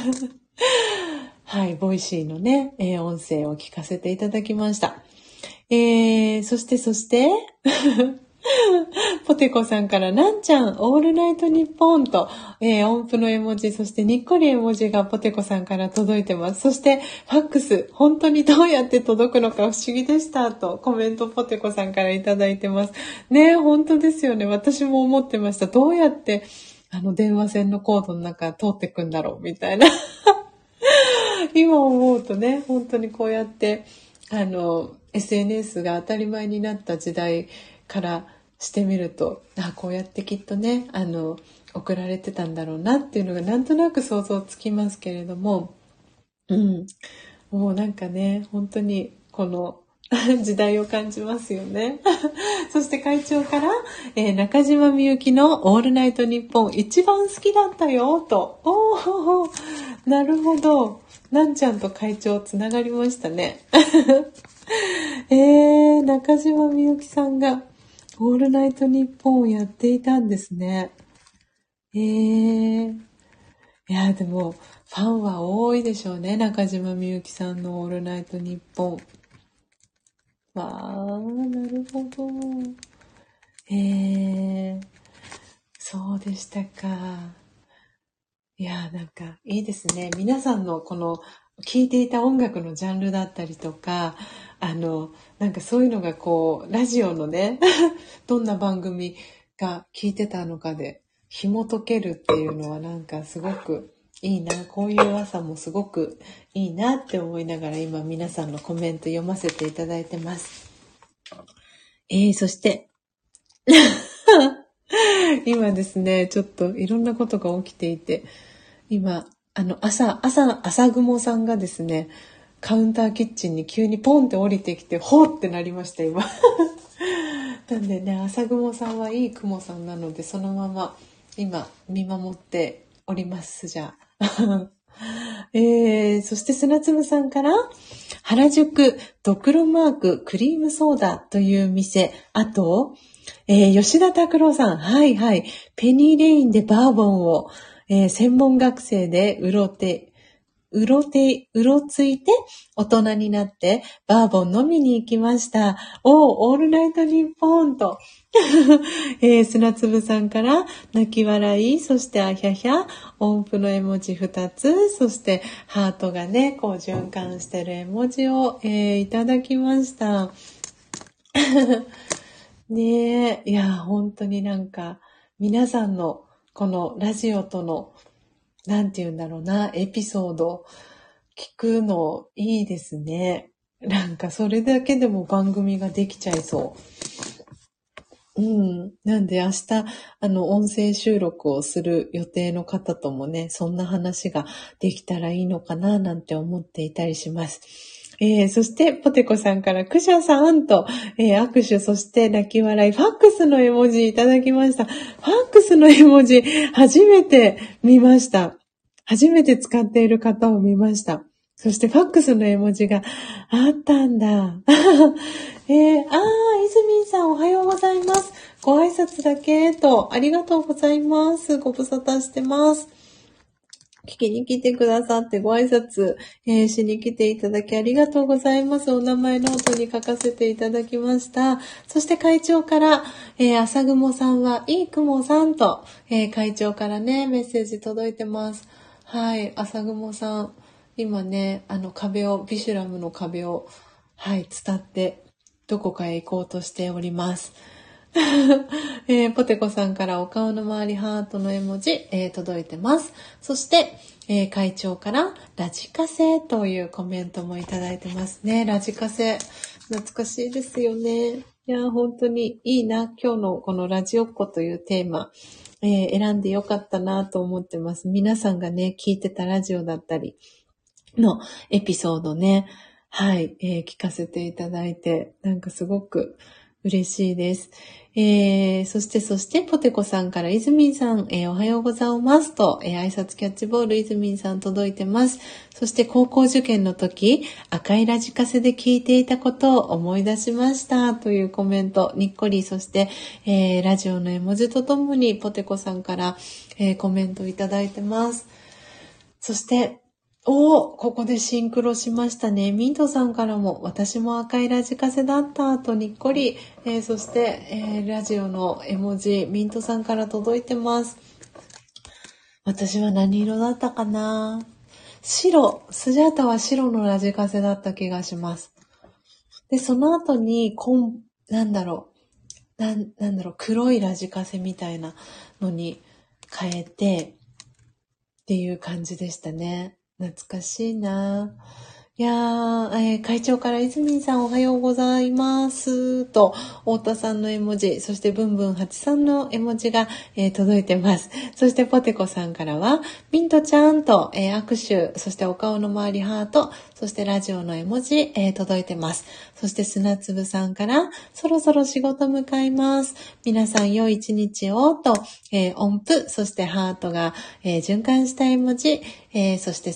Speaker 1: はい、ボイシーのね、音声を聞かせていただきました。そしてポテコさんから、なんちゃん、オールナイトニッポンと、音符の絵文字、そしてにっこり絵文字がポテコさんから届いてます。そして、ファックス、本当にどうやって届くのか不思議でしたと、コメントポテコさんからいただいてます。ね、本当ですよね。私も思ってました。どうやって、電話線のコードの中通ってくんだろう、みたいな。今思うとね、本当にこうやって、SNS が当たり前になった時代からしてみると、こうやってきっとね、送られてたんだろうなっていうのがなんとなく想像つきますけれども、もうなんかね、本当にこの時代を感じますよね。そして会長から、中島みゆきのオールナイトニッポン一番好きだったよ、と。おー、なるほど。なんちゃんと会長つながりましたね。中島みゆきさんがオールナイトニッポンをやっていたんですね。いや、でも、ファンは多いでしょうね。中島みゆきさんのオールナイトニッポン。なるほど。そうでしたか。いや、なんかいいですね。皆さんのこの聴いていた音楽のジャンルだったりとか、なんかそういうのがこう、ラジオのね、どんな番組が聴いてたのかで紐解けるっていうのはなんかすごくいいな。こういう朝もすごくいいなって思いながら今皆さんのコメント読ませていただいてます。そして、今ですね、ちょっといろんなことが起きていて、今、朝雲さんがですね、カウンターキッチンに急にポンって降りてきて、ほーってなりました、今。なんでね、朝雲さんはいい雲さんなので、そのまま今見守っております、じゃあ。そして砂粒さんから、原宿ドクロマーククリームソーダという店、あと、吉田拓郎さん、はいはい、ペニーレインでバーボンを、専門学生でうろついて大人になってバーボン飲みに行きました。オールナイトニッポンと、砂粒さんから泣き笑い、そしてあひゃひゃ、音符の絵文字2つ、そしてハートがね、こう循環してる絵文字を、いただきました。ねえ、いや、本当になんか皆さんのこのラジオとのなんて言うんだろうな、エピソード聞くのいいですね。なんかそれだけでも番組ができちゃいそう。なんで明日、音声収録をする予定の方ともね、そんな話ができたらいいのかな、なんて思っていたりします。そして、ポテコさんから、クシャさんと、握手、そして泣き笑い、ファックスの絵文字いただきました。ファックスの絵文字、初めて見ました。初めて使っている方を見ました。そして、ファックスの絵文字があったんだ。イズミンさんおはようございます。ご挨拶だけと、ありがとうございます。ご無沙汰してます。聞きに来てくださってご挨拶、しに来ていただきありがとうございます。お名前ノートに書かせていただきました。そして会長から、朝雲さんはいい雲さんと、会長からね、メッセージ届いてます。はい、朝雲さん、今ね、ビシュラムの壁を、はい、伝って、どこかへ行こうとしております。 ポテコさんからお顔の周りハートの絵文字、届いてます。そして、会長からラジカセというコメントもいただいてますね。ラジカセ。懐かしいですよね。いや、本当にいいな。今日のこのラジオっ子というテーマ、選んでよかったなと思ってます。皆さんがね、聞いてたラジオだったりのエピソードね、はい、聞かせていただいて、なんかすごく嬉しいです。そして、ポテコさんからイズミンさん、おはようございますと、挨拶キャッチボールイズミンさん届いてます。そして高校受験の時、赤いラジカセで聞いていたことを思い出しましたというコメント、にっこり、そして、ラジオの絵文字とともにポテコさんから、コメントいただいてます。そして、ここでシンクロしましたね。ミントさんからも、私も赤いラジカセだったとにっこり、そして、ラジオの絵文字、ミントさんから届いてます。私は何色だったかな？白、スジャータは白のラジカセだった気がします。で、その後に、黒いラジカセみたいなのに変えて、っていう感じでしたね。懐かしいな。いやー、会長からイズミンさんおはようございますと、太田さんの絵文字、そしてブンブン8さんの絵文字が、届いてます。そしてポテコさんからは、ミントちゃんと、握手、そしてお顔の周りハート、そしてラジオの絵文字、届いてます。そして砂粒さんから、そろそろ仕事向かいます。皆さん良い一日をと、音符、そしてハートが、循環した絵文字、そして、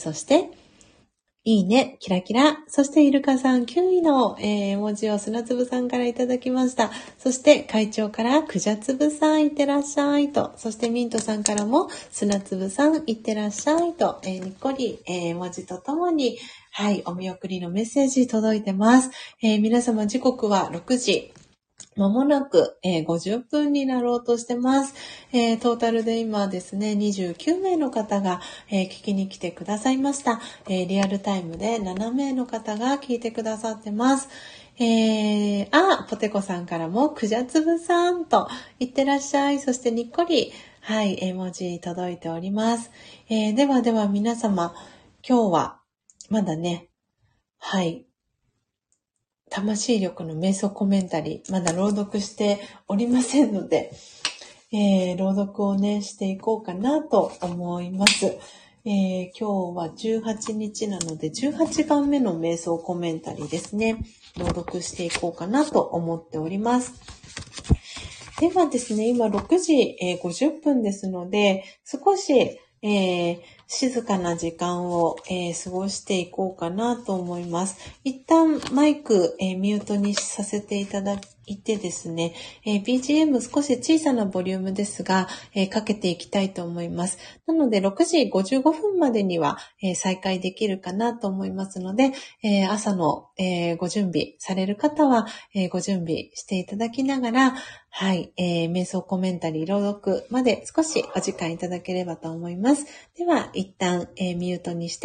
Speaker 1: いいね、キラキラ。そしてイルカさん9位の、絵文字を砂粒さんからいただきました。そして会長からクジャ粒さんいってらっしゃいと。そしてミントさんからも砂粒さんいってらっしゃいと、にっこり、絵文字とともに、はい、お見送りのメッセージ届いてます。皆様時刻は6時。まもなく、50分になろうとしてます。トータルで今ですね、29名の方が、聞きに来てくださいました。リアルタイムで7名の方が聞いてくださってます。ポテコさんからも、クジャツブさんと言ってらっしゃい。そしてにっこり、はい、絵文字届いております。では皆様、今日は、まだね、はい、魂力の瞑想コメンタリー、まだ朗読しておりませんので、朗読をね、していこうかなと思います。今日は18日なので、18番目の瞑想コメンタリーですね。朗読していこうかなと思っております。ではですね、今6時、50分ですので、少し、静かな時間を、過ごしていこうかなと思います。一旦マイク、ミュートにさせていただいてですね、BGM 少し小さなボリュームですが、かけていきたいと思います。なので6時55分までには、再開できるかなと思いますので、朝の、ご準備される方は、ご準備していただきながら、はい、瞑想コメンタリー朗読まで少しお時間いただければと思います。では、一旦、ミュートにして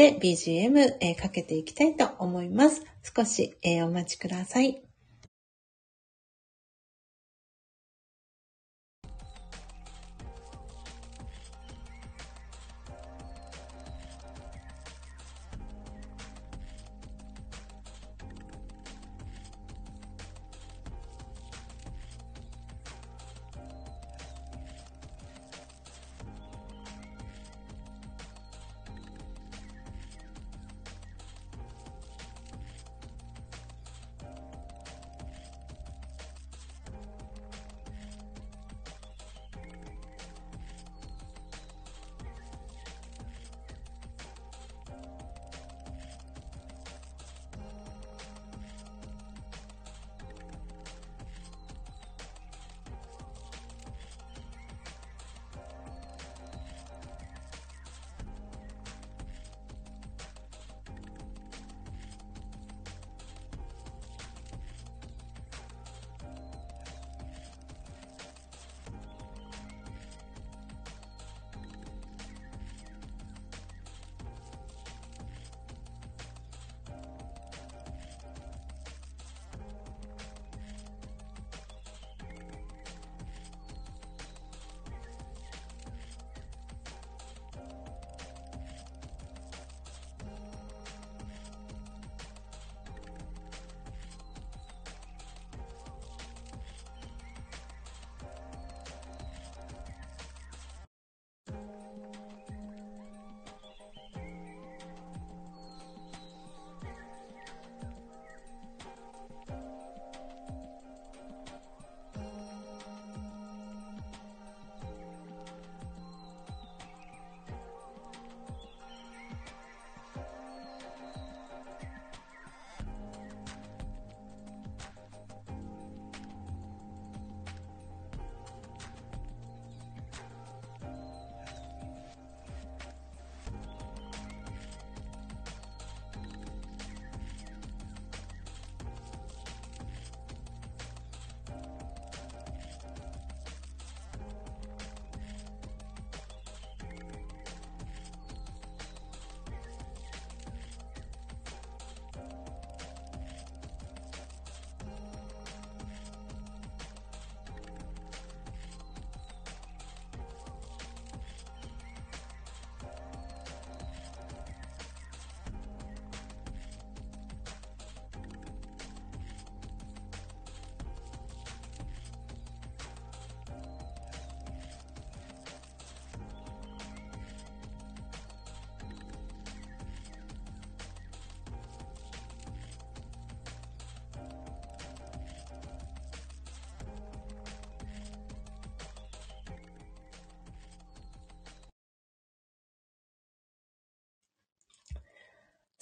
Speaker 1: BGM、かけていきたいと思います。少し、お待ちください。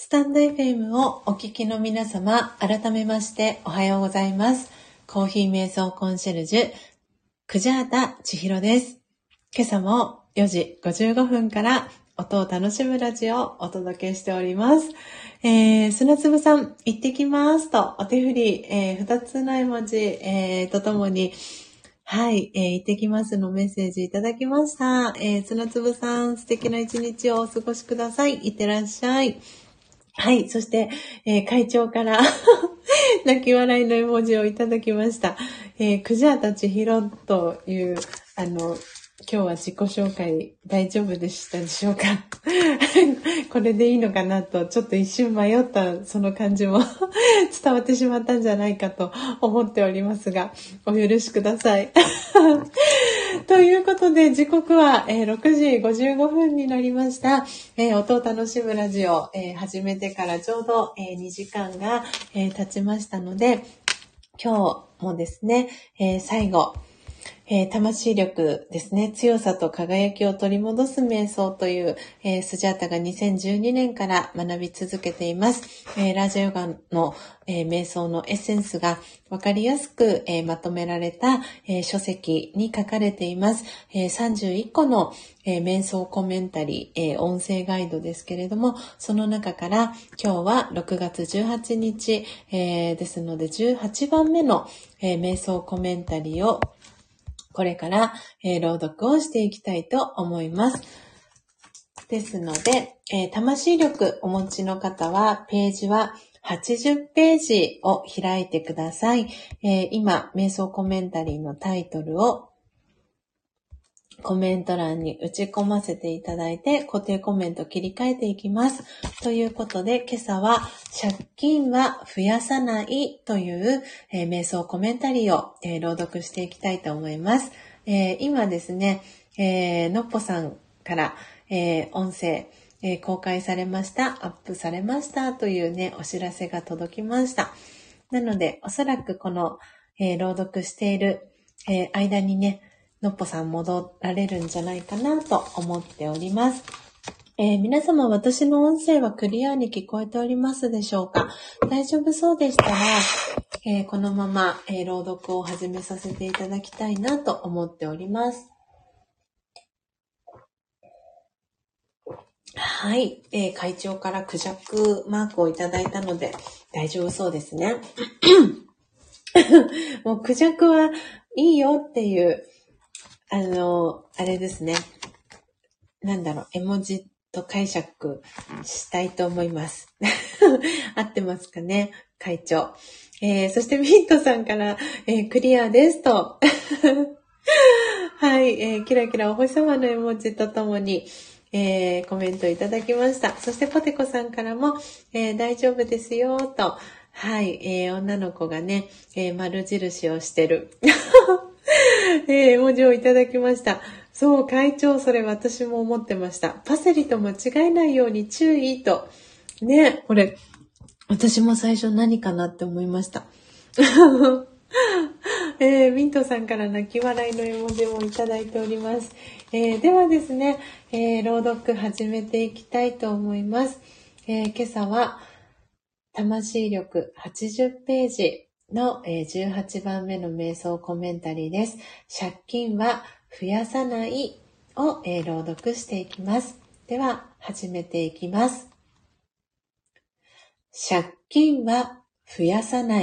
Speaker 1: スタンド FM をお聞きの皆様、改めましておはようございます。コーヒー瞑想コンシェルジュ、クジャータ千尋です。今朝も4時55分から音を楽しむラジオをお届けしております。砂粒さん、行ってきますとお手振り、2つの絵文字、とともに、はい、行ってきますのメッセージいただきました。砂粒さん、素敵な一日をお過ごしください。いってらっしゃい。はい、そして、会長から泣き笑いの絵文字をいただきました。クジャータ千尋という、今日は自己紹介大丈夫でしたでしょうかこれでいいのかなと、ちょっと一瞬迷ったその感じも伝わってしまったんじゃないかと思っておりますが、お許しください。ということで、時刻は、6時55分になりました。音を楽しむラジオ、始めてからちょうど、2時間が、経ちましたので、今日もですね、最後、魂力ですね、強さと輝きを取り戻す瞑想という、スジャータが2012年から学び続けています。ラージャヨガの、瞑想のエッセンスがわかりやすく、まとめられた、書籍に書かれています。31個の、瞑想コメンタリー、音声ガイドですけれども、その中から今日は6月18日、ですので18番目の、瞑想コメンタリーをこれから、朗読をしていきたいと思います。ですので、魂力お持ちの方は、ページは80ページを開いてください。今、瞑想コメンタリーのタイトルをコメント欄に打ち込ませていただいて、固定コメント切り替えていきます。ということで、今朝は借金は増やさないという、瞑想コメンタリーを、朗読していきたいと思います。今ですね、のっぽさんから、音声、公開されました、アップされましたというね、お知らせが届きました。なので、おそらくこの、朗読している、間にね、のっぽさん戻られるんじゃないかなと思っております。皆様、私の音声はクリアに聞こえておりますでしょうか？大丈夫そうでしたら、このまま、朗読を始めさせていただきたいなと思っております。はい、会長からクジャクマークをいただいたので大丈夫そうですね。もうクジャクはいいよっていうあれですね。絵文字と解釈したいと思います。合ってますかね、会長。そしてミントさんから、クリアですと。はい、キラキラお星様の絵文字とともに、コメントいただきました。そしてポテコさんからも、大丈夫ですよと。はい、女の子がね、丸印をしてる。絵文字をいただきました。そう、会長、それ私も思ってました。パセリと間違えないように注意と。ね、これ、私も最初何かなって思いました。ミントさんから泣き笑いの絵文字もいただいております。ではですね、朗読始めていきたいと思います。今朝は、魂力80ページの、18番目の瞑想コメンタリーです。借金は増やさないを、朗読していきます。では、始めていきます。借金は増やさない。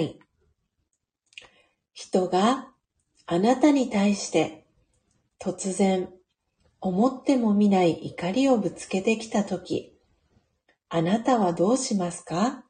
Speaker 1: 人があなたに対して突然思ってもみない怒りをぶつけてきたとき、あなたはどうしますか？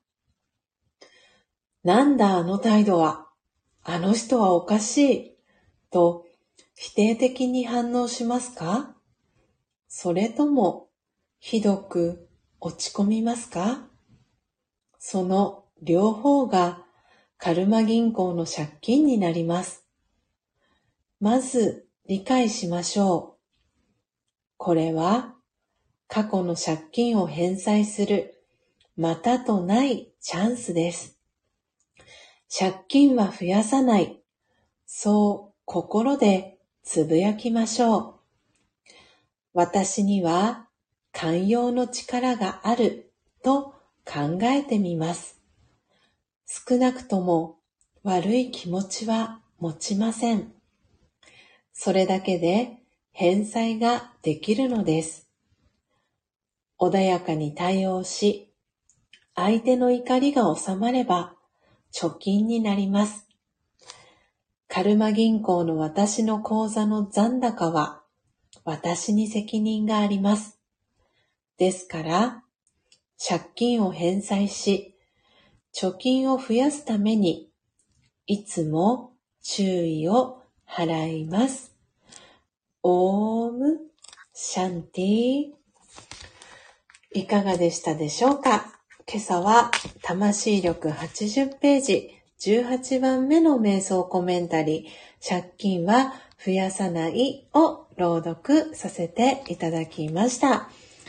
Speaker 1: なんだあの態度は、あの人はおかしい、と否定的に反応しますか？それともひどく落ち込みますか？その両方がカルマ銀行の借金になります。まず理解しましょう。これは過去の借金を返済するまたとないチャンスです。借金は増やさない。そう心でつぶやきましょう。私には寛容の力があると考えてみます。少なくとも悪い気持ちは持ちません。それだけで返済ができるのです。穏やかに対応し、相手の怒りが収まれば貯金になります。カルマ銀行の私の口座の残高は私に責任があります。ですから、借金を返済し、貯金を増やすために、いつも注意を払います。オームシャンティ。いかがでしたでしょうか？今朝は魂力80ページ18番目の瞑想コメンタリー、借金は増やさないを朗読させていただきました。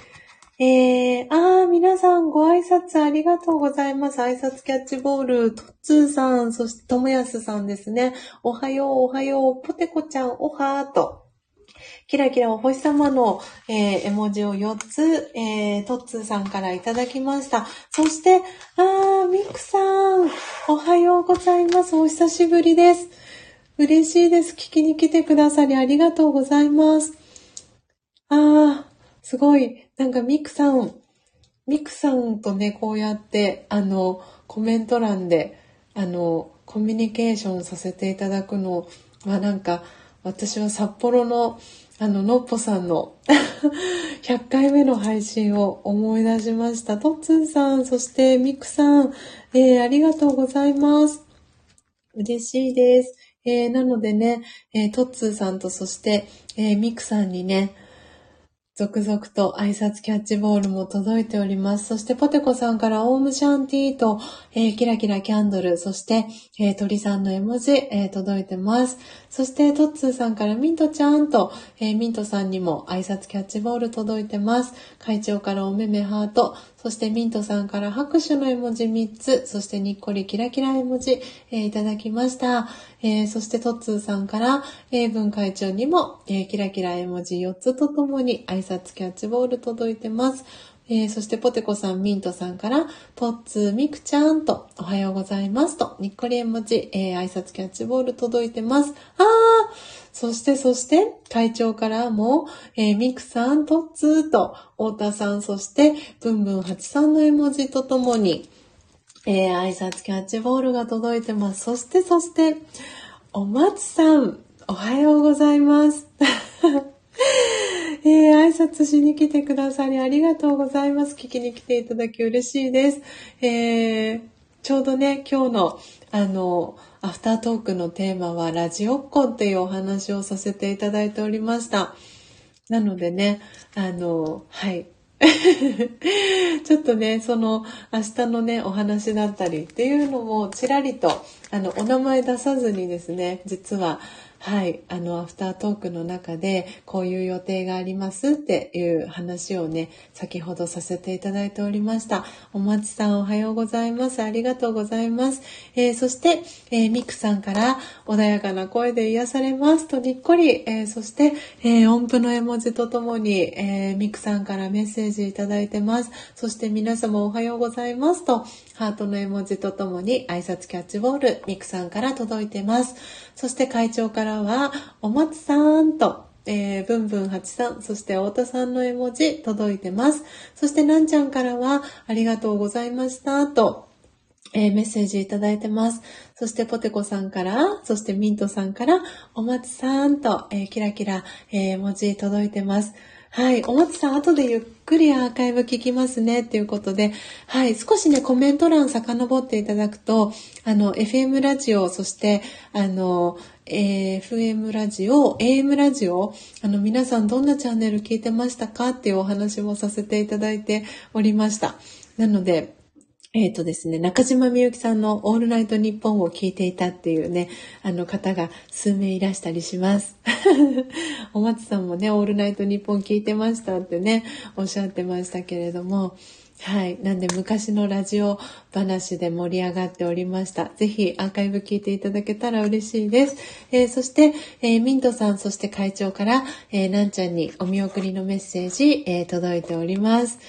Speaker 1: 皆さんご挨拶ありがとうございます。挨拶キャッチボール、トッツーさん、そしてともやすさんですね。おはよう、おはよう、ポテコちゃん、おはーと。キラキラお星様の、絵文字を4つ、トッツーさんからいただきました。そして、ミクさん、おはようございます。お久しぶりです。嬉しいです。聞きに来てくださりありがとうございます。すごい。なんかミクさんとね、こうやって、コメント欄で、コミュニケーションさせていただくのは、なんか、私は札幌の、のっぽさんの100回目の配信を思い出しました。トッツーさん、そしてミクさん、ありがとうございます。嬉しいです。なのでね、トッツーさんとそして、ミクさんにね、続々と挨拶キャッチボールも届いております。そしてポテコさんからオームシャンティーと、キラキラキャンドル、そして、鳥さんの絵文字、届いてます。そしてトッツーさんからミントちゃんと、ミントさんにも挨拶キャッチボール届いてます。会長からおめめハート、そしてミントさんから拍手の絵文字3つ、そしてにっこりキラキラ絵文字、いただきました。そしてトッツーさんから、文会長にも、キラキラ絵文字4つとともに挨拶キャッチボール届いてます。そしてポテコさん、ミントさんから、トッツー、ミクちゃんと、おはようございますと、にっこり絵文字、挨拶キャッチボール届いてます。そして、会長からも、ミクさん、トッツーと、太田さん、そして、ブンブン8さんの絵文字とともに、挨拶キャッチボールが届いてます。そして、お松さん、おはようございます。挨拶しに来てくださりありがとうございます。聞きに来ていただき嬉しいです。ちょうどね、今日の、アフタートークのテーマはラジオっ子っていうお話をさせていただいておりました。なのでね、はい。ちょっとね、その明日のね、お話だったりっていうのもちらりと、お名前出さずにですね、実は、はい、アフタートークの中でこういう予定がありますっていう話をね、先ほどさせていただいておりました。お松さんおはようございます。ありがとうございます。そして、ミクさんから穏やかな声で癒されますとにっこり、そして、音符の絵文字とともに、ミクさんからメッセージいただいてます。そして皆様おはようございますとハートの絵文字とともに挨拶キャッチボールミクさんから届いてます。そして会長からはお松さんと、ブンブン8さん、そして太田さんの絵文字届いてます。そしてなんちゃんからはありがとうございましたと、メッセージいただいてます。そしてポテコさんから、そしてミントさんからお松さんと、キラキラ、絵文字届いてます。はい。お松さん、後でゆっくりアーカイブ聞きますね。っていうことで、はい。少しね、コメント欄遡っていただくと、FM ラジオ、そして、FM ラジオ、AM ラジオ、皆さんどんなチャンネル聞いてましたかっていうお話もさせていただいておりました。なので、ですね、中島みゆきさんのオールナイトニッポンを聞いていたっていうね、方が数名いらしたりします。お松さんもね、オールナイトニッポン聞いてましたってね、おっしゃってましたけれども、はい。なんで昔のラジオ話で盛り上がっておりました。ぜひアーカイブ聞いていただけたら嬉しいです。そして、ミントさん、そして会長から、なんちゃんにお見送りのメッセージ、届いております。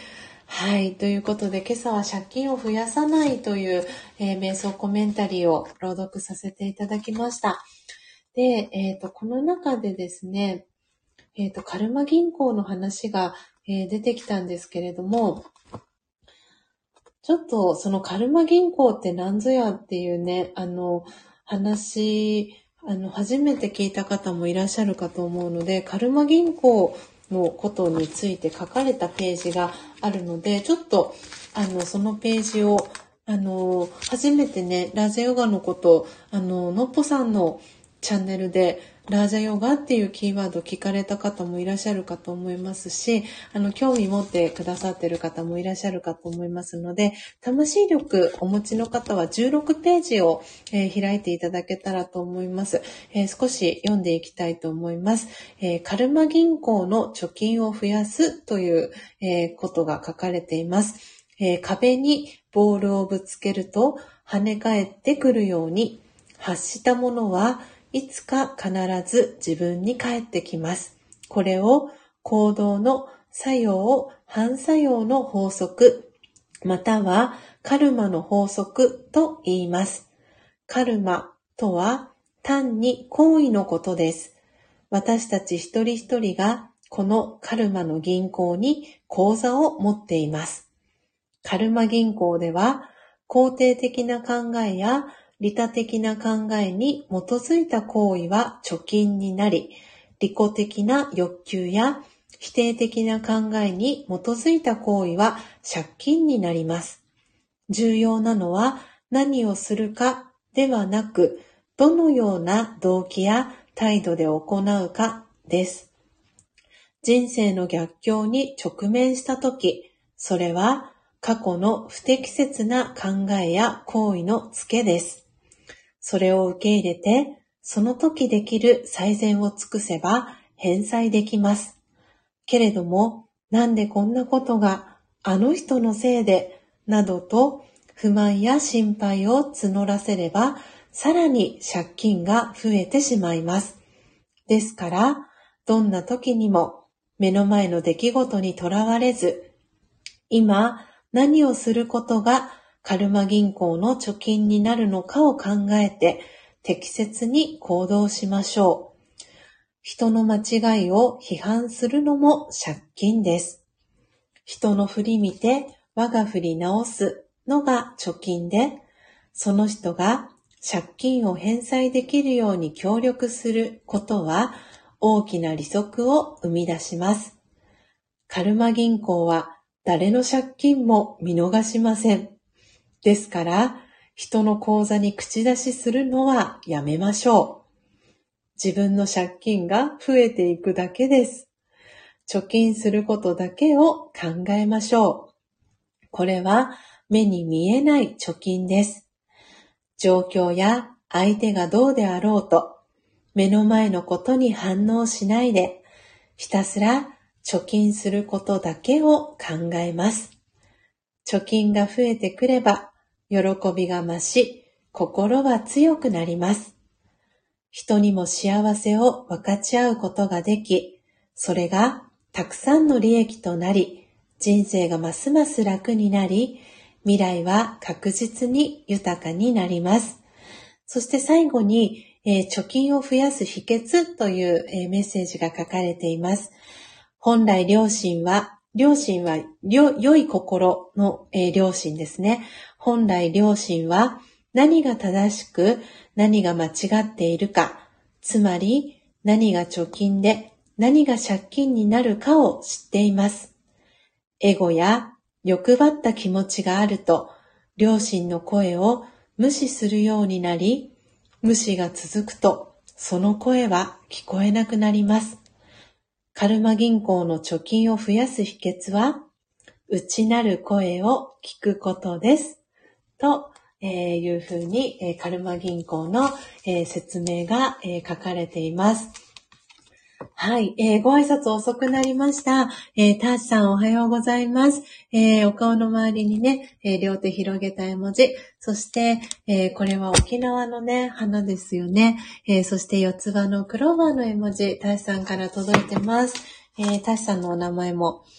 Speaker 1: はい。ということで、今朝は借金を増やさないという、瞑想コメンタリーを朗読させていただきました。で、この中でですね、カルマ銀行の話が、出てきたんですけれども、ちょっとそのカルマ銀行って何ぞやっていうね、話、初めて聞いた方もいらっしゃるかと思うので、カルマ銀行のことについて書かれたページがあるので、ちょっと、そのページを、初めてね、ラージャヨガのこと、のっぽさんのチャンネルで、ラージャヨガっていうキーワードを聞かれた方もいらっしゃるかと思いますし、興味持ってくださってる方もいらっしゃるかと思いますので、魂力お持ちの方は16ページを、開いていただけたらと思います。少し読んでいきたいと思います。カルマ銀行の貯金を増やすという、ことが書かれています。壁にボールをぶつけると跳ね返ってくるように、発したものはいつか必ず自分に返ってきます。これを行動の作用、反作用の法則、またはカルマの法則と言います。カルマとは単に行為のことです。私たち一人一人がこのカルマの銀行に口座を持っています。カルマ銀行では肯定的な考えや利他的な考えに基づいた行為は貯金になり、利己的な欲求や否定的な考えに基づいた行為は借金になります。重要なのは何をするかではなく、どのような動機や態度で行うかです。人生の逆境に直面したとき、それは過去の不適切な考えや行為のツケです。それを受け入れて、その時できる最善を尽くせば返済できます。けれども、なんでこんなことがあの人のせいで、などと不満や心配を募らせれば、さらに借金が増えてしまいます。ですから、どんな時にも目の前の出来事にとらわれず、今何をすることがカルマ銀行の貯金になるのかを考えて適切に行動しましょう。人の間違いを批判するのも借金です。人の振り見て我が振り直すのが貯金で、その人が借金を返済できるように協力することは大きな利息を生み出します。カルマ銀行は誰の借金も見逃しません。ですから、人の口座に口出しするのはやめましょう。自分の借金が増えていくだけです。貯金することだけを考えましょう。これは目に見えない貯金です。状況や相手がどうであろうと、目の前のことに反応しないで、ひたすら貯金することだけを考えます。貯金が増えてくれば、喜びが増し、心は強くなります。人にも幸せを分かち合うことができ、それがたくさんの利益となり、人生がますます楽になり、未来は確実に豊かになります。そして最後に、貯金を増やす秘訣という、メッセージが書かれています。本来良心は良い心の、良心ですね。本来良心は何が正しく何が間違っているか、つまり何が貯金で何が借金になるかを知っています。エゴや欲張った気持ちがあると、良心の声を無視するようになり、無視が続くと、その声は聞こえなくなります。カルマ銀行の貯金を増やす秘訣は、内なる声を聞くことです。というふうに、カルマ銀行の、説明が、書かれています。はい、ご挨拶遅くなりました。ターシさんおはようございます。お顔の周りにね、両手広げた絵文字。そして、これは沖縄のね、花ですよね。そして四つ葉のクローバーの絵文字、ターシさんから届いてます。ターシさんのお名前も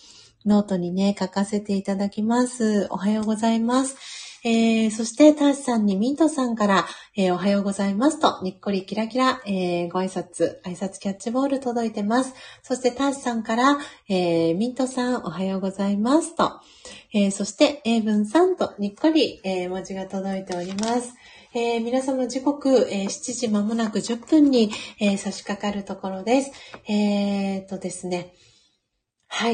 Speaker 1: ノートにね、書かせていただきます。おはようございます。そして、ターシさんにミントさんから、おはようございますと、にっこりキラキラ、ご挨拶キャッチボール届いてます。そして、ターシさんから、ミントさんおはようございますと、そして、英文さんとにっこり、文字が届いております。皆様時刻、7時まもなく10分に、差し掛かるところです。ですね。はい。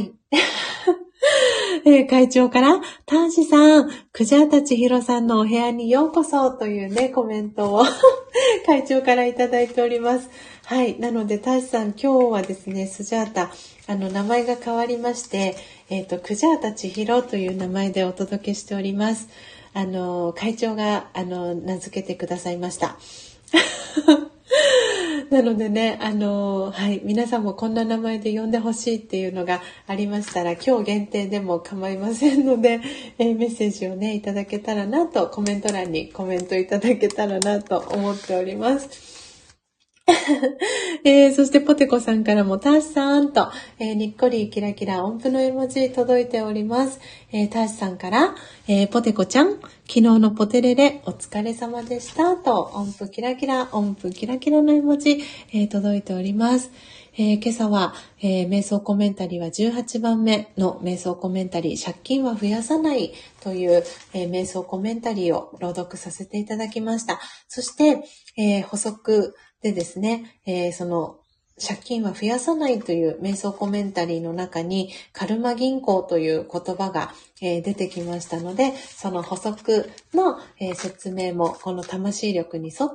Speaker 1: 会長から、ターシさん、クジャータチヒロさんのお部屋にようこそというね、コメントを会長からいただいております。はい。なので、ターシさん、今日はですね、スジャータ、名前が変わりまして、クジャータチヒロという名前でお届けしております。会長が、名付けてくださいました。なのでね、はい、皆さんもこんな名前で呼んでほしいっていうのがありましたら、今日限定でも構いませんので、メッセージをね、いただけたらなと、コメント欄にコメントいただけたらなと思っております。そしてポテコさんからもターシさんと、にっこりキラキラ音符の絵文字届いております。ターシさんから、ポテコちゃん、昨日のポテレレお疲れ様でしたと音符キラキラの絵文字、届いております。今朝は、瞑想コメンタリーは18番目の瞑想コメンタリー、借金は増やさないという、瞑想コメンタリーを朗読させていただきました。そして、補足でですね、その借金は増やさないという瞑想コメンタリーの中にカルマ銀行という言葉が、出てきましたので、その補足の、説明もこの魂力に沿って、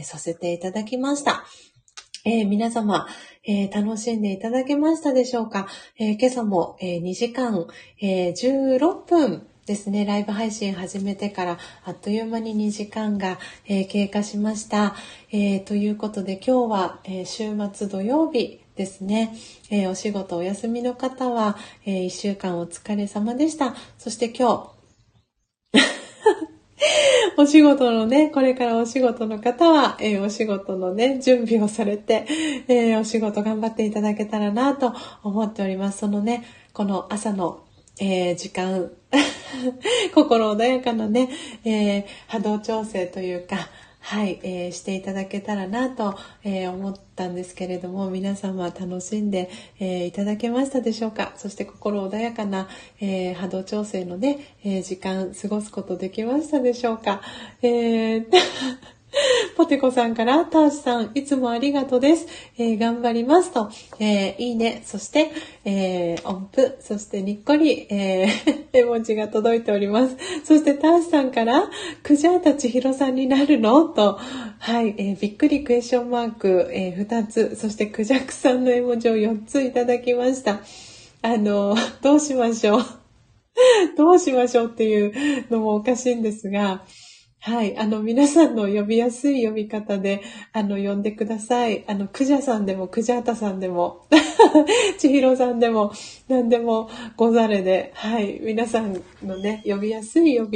Speaker 1: させていただきました。皆様、楽しんでいただけましたでしょうか。今朝も、2時間、16分ですね、ライブ配信始めてからあっという間に2時間が、経過しました。ということで今日は、週末土曜日ですね、お仕事お休みの方は、1週間お疲れ様でした。そして今日お仕事のね、これからお仕事の方は、お仕事のね、準備をされて、お仕事頑張っていただけたらなと思っております。そのね、この朝の、時間、心穏やかなね、波動調整というか、はい、していただけたらなと、思ったんですけれども、皆様楽しんで、いただけましたでしょうか。そして心穏やかな、波動調整のね、時間過ごすことできましたでしょうか。ポテコさんから、ターシさん、いつもありがとうです。頑張りますと、いいね、そして、音符、そしてにっこり、絵文字が届いております。そしてターシさんから、クジャータチヒロさんになるのと、はい、びっくりクエスチョンマーク、2つ、そしてクジャクさんの絵文字を4ついただきました。どうしましょうどうしましょうっていうのもおかしいんですが、はい。皆さんの呼びやすい呼び方で、呼んでください。クジャさんでも、クジャータさんでも、ちひろさんでも、何でもござれで、はい。皆さんのね、呼びやすいはい。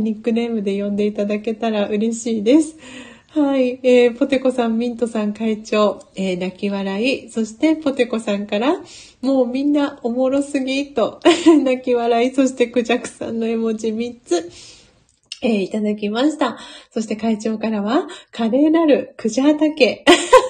Speaker 1: ニックネームで呼んでいただけたら嬉しいです。はい。ポテコさん、ミントさん会長、泣き笑い。そして、ポテコさんから、もうみんなおもろすぎと、泣き笑い。そして、クジャクさんの絵文字3つ。いただきました。そして会長からは、華麗なるクジャータ家。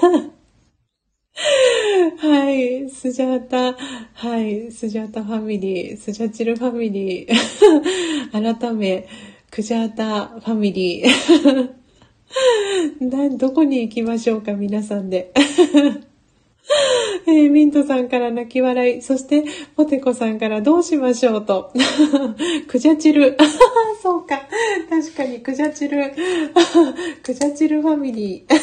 Speaker 1: はい、スジャータ、はい、スジャータファミリー、スジャチルファミリー、改め、クジャータファミリー。どこに行きましょうか、皆さんで。ミントさんから泣き笑い、そしてポテコさんからどうしましょうと。クジャチル。そうか。確かにクジャチル。クジャチルファミリー。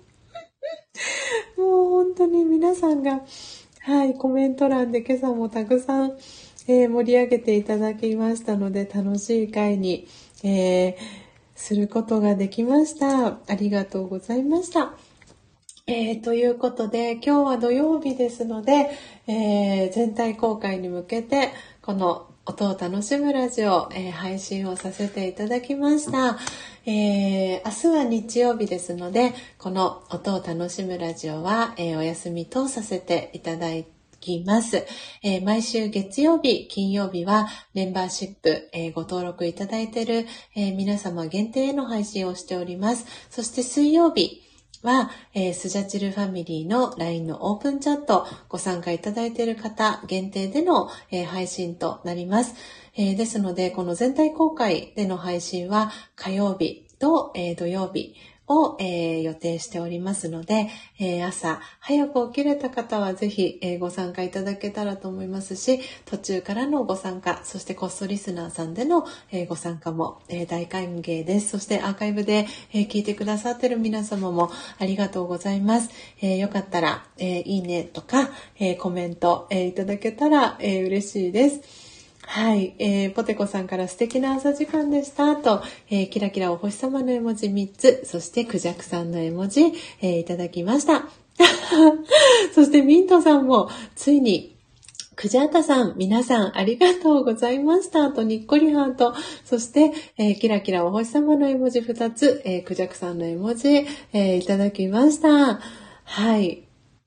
Speaker 1: もう本当に皆さんが、はい、コメント欄で今朝もたくさん、盛り上げていただきましたので、楽しい会に、することができました。ありがとうございました。ということで、今日は土曜日ですので、全体公開に向けて、この音を楽しむラジオ、配信をさせていただきました。明日は日曜日ですので、この音を楽しむラジオは、お休みとさせていただきます。毎週月曜日、金曜日はメンバーシップ、ご登録いただいている、皆様限定の配信をしております。そして水曜日は、スジャチルファミリーの LINE のオープンチャットご参加いただいている方限定での、配信となります。ですので、この全体公開での配信は火曜日と、土曜日を、予定しておりますので、朝早く起きれた方はぜひ、ご参加いただけたらと思いますし、途中からのご参加、そしてコストリスナーさんでの、ご参加も、大歓迎です。そしてアーカイブで、聞いてくださっている皆様もありがとうございます。よかったら、いいねとか、コメント、いただけたら、嬉しいです。はい、ポテコさんから素敵な朝時間でしたと、キラキラお星様の絵文字3つ、そしてクジャクさんの絵文字、いただきました。そしてミントさんもついにクジャータさん、皆さんありがとうございましたとにっこりハート、そして、キラキラお星様の絵文字2つ、クジャクさんの絵文字、いただきました。はい。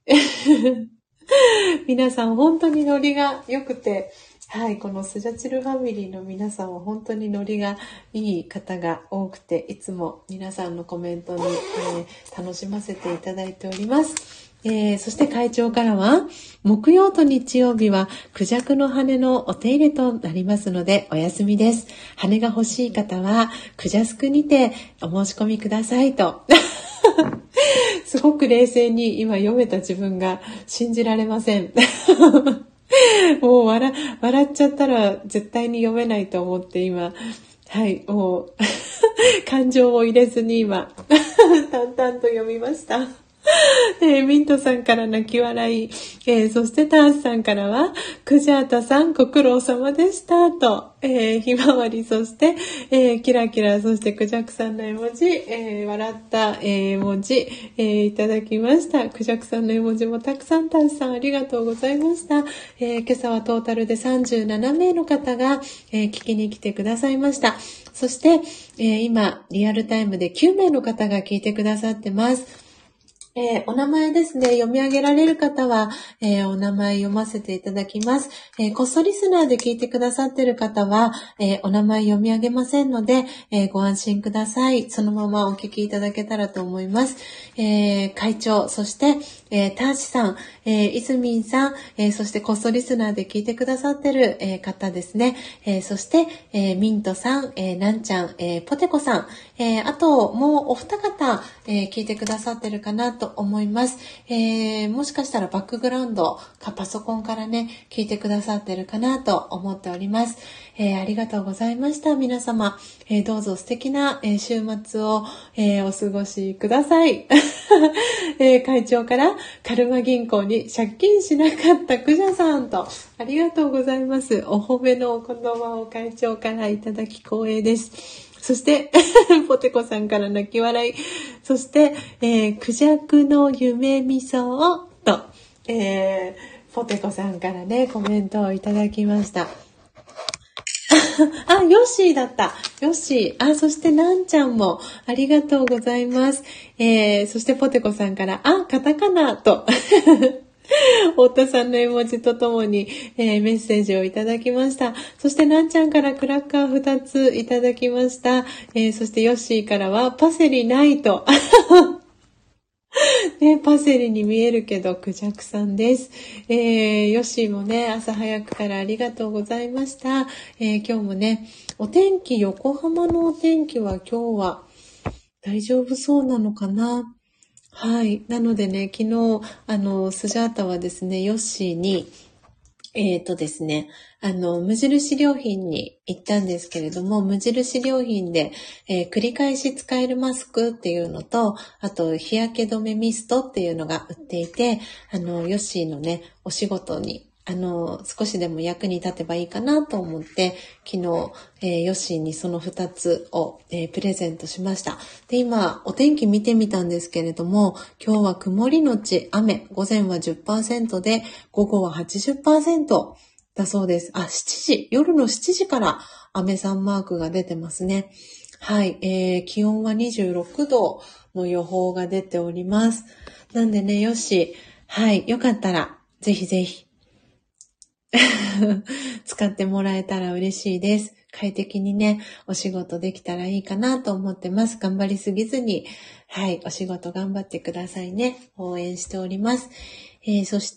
Speaker 1: 皆さん本当にノリが良くて、はい、このスジャチルファミリーの皆さんは本当にノリがいい方が多くて、いつも皆さんのコメントに、楽しませていただいております。そして会長からは、木曜と日曜日はクジャクの羽のお手入れとなりますのでお休みです。羽が欲しい方はクジャスクにてお申し込みくださいと。すごく冷静に今読めた自分が信じられません。もう笑っちゃったら絶対に読めないと思って今、はい、もう感情を入れずに今淡々と読みました。ミントさんから泣き笑い、そしてタースさんからはクジャータさんご苦労様でしたと、ひまわり、そして、キラキラ、そしてクジャクさんの絵文字、笑った、絵文字、いただきました。クジャクさんの絵文字もたくさん、タースさんありがとうございました。今朝はトータルで37名の方が、聞きに来てくださいました。そして、今リアルタイムで9名の方が聞いてくださってます。お名前ですね、読み上げられる方は、お名前読ませていただきます。こっそリスナーで聞いてくださっている方は、お名前読み上げませんので、ご安心ください。そのままお聞きいただけたらと思います。会長、そして、ターシさん、イズミンさん、そしてこっそリスナーで聞いてくださっている、方ですね。そして、ミントさん、なんちゃん、ポテコさん、あともうお二方、聞いてくださってるかなと思います。もしかしたらバックグラウンドかパソコンからね聞いてくださってるかなと思っております。ありがとうございました皆様。どうぞ素敵な、週末を、お過ごしください。会長からカルマ銀行に借金しなかったクジャさんと、ありがとうございます。お褒めのお言葉を会長からいただき光栄です。そして、ポテコさんから泣き笑い。そして、クジャクの夢みそをと、ポテコさんからね、コメントをいただきました。あ、ヨッシーだった。ヨッシー。あ、そしてなんちゃんもありがとうございます。そしてポテコさんから、あ、カタカナと。太田さんの絵文字とともに、メッセージをいただきました。そしてなんちゃんからクラッカー2ついただきました。そしてヨッシーからはパセリないと。ね、パセリに見えるけどクジャクさんです。ヨッシーもね、朝早くからありがとうございました。今日もね、お天気、横浜のお天気は今日は大丈夫そうなのかな。はい。なのでね、昨日、スジャータはですね、ヨッシーに、ですね、無印良品に行ったんですけれども、無印良品で、繰り返し使えるマスクっていうのと、あと日焼け止めミストっていうのが売っていて、ヨッシーのね、お仕事に、少しでも役に立てばいいかなと思って、昨日、ヨッシーにその2つを、プレゼントしました。で、今、お天気見てみたんですけれども、今日は曇りのち雨、午前は 10% で、午後は 80% だそうです。夜の7時から雨3マークが出てますね。はい、気温は26度の予報が出ております。なんでね、ヨッシー、はい、よかったら、ぜひぜひ、 使ってもらえたら嬉しいです。快適にね、お仕事できたらいいかなと思ってます。頑張りすぎずに、はい、お仕事頑張ってくださいね。応援しております。そして、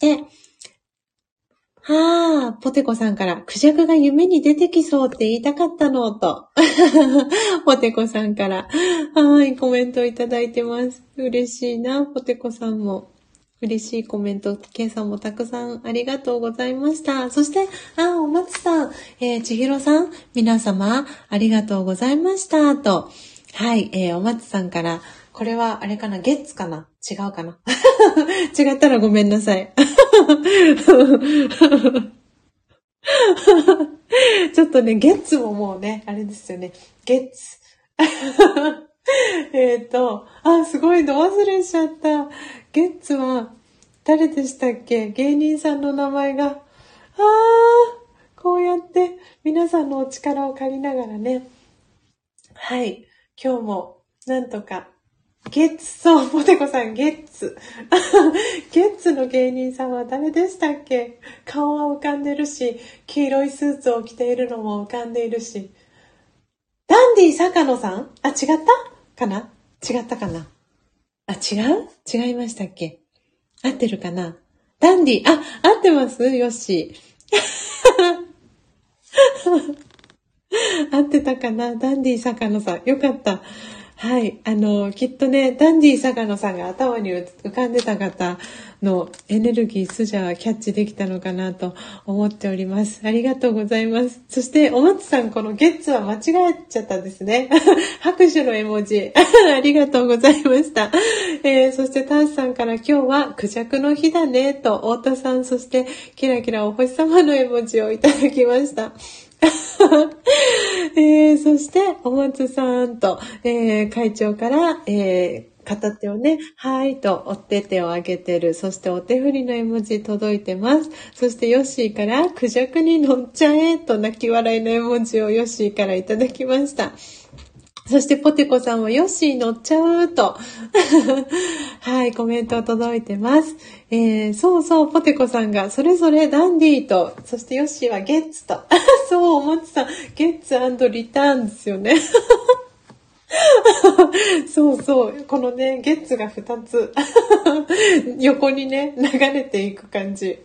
Speaker 1: ポテコさんから、クジャクが夢に出てきそうって言いたかったの、と。ポテコさんから、コメントいただいてます。嬉しいな、ポテコさんも。嬉しいコメント、ケイさんもたくさんありがとうございました。そして、お松さん、千尋さん、皆様、ありがとうございました。と。はい、お松さんから、これは、あれかな、ゲッツかな、違うかな違ったらごめんなさい。ちょっとね、ゲッツももうね、あれですよね。ゲッツ。すごいの忘れちゃった。ゲッツは、誰でしたっけ？芸人さんの名前が。こうやって皆さんのお力を借りながらね。はい。今日も、なんとか、ゲッツ、そう、ポテコさん、ゲッツ。ゲッツの芸人さんは誰でしたっけ？顔は浮かんでるし、黄色いスーツを着ているのも浮かんでいるし。ダンディ坂野さん？違ったかな？違ったかな？違いましたっけ？合ってるかな？ダンディ、合ってますよし。合ってたかな？ダンディ坂野さん。よかった。はい。きっとね、ダンディ坂野さんが頭に浮かんでた方のエネルギー、スジャーキャッチできたのかなと思っております。ありがとうございます。そして、お松さん、このゲッツは間違えちゃったんですね。拍手の絵文字。ありがとうございました。そして、タンさんから今日はクジャクの日だね、と、太田さん、そして、キラキラお星様の絵文字をいただきました。そして、お松さんと、会長から、片手をね、はいと、お手手を上げてる。そして、お手振りの絵文字届いてます。そして、ヨッシーから、クジャクに乗っちゃえと、泣き笑いの絵文字をヨッシーからいただきました。そして、ポテコさんは、ヨッシー乗っちゃうと。はい、コメント届いてます。そう、ポテコさんが、それぞれダンディーと、そしてヨッシーはゲッツと。そう、おもちさん、ゲッツ&リターンですよね。そう、このね、ゲッツが2つ、横にね、流れていく感じ。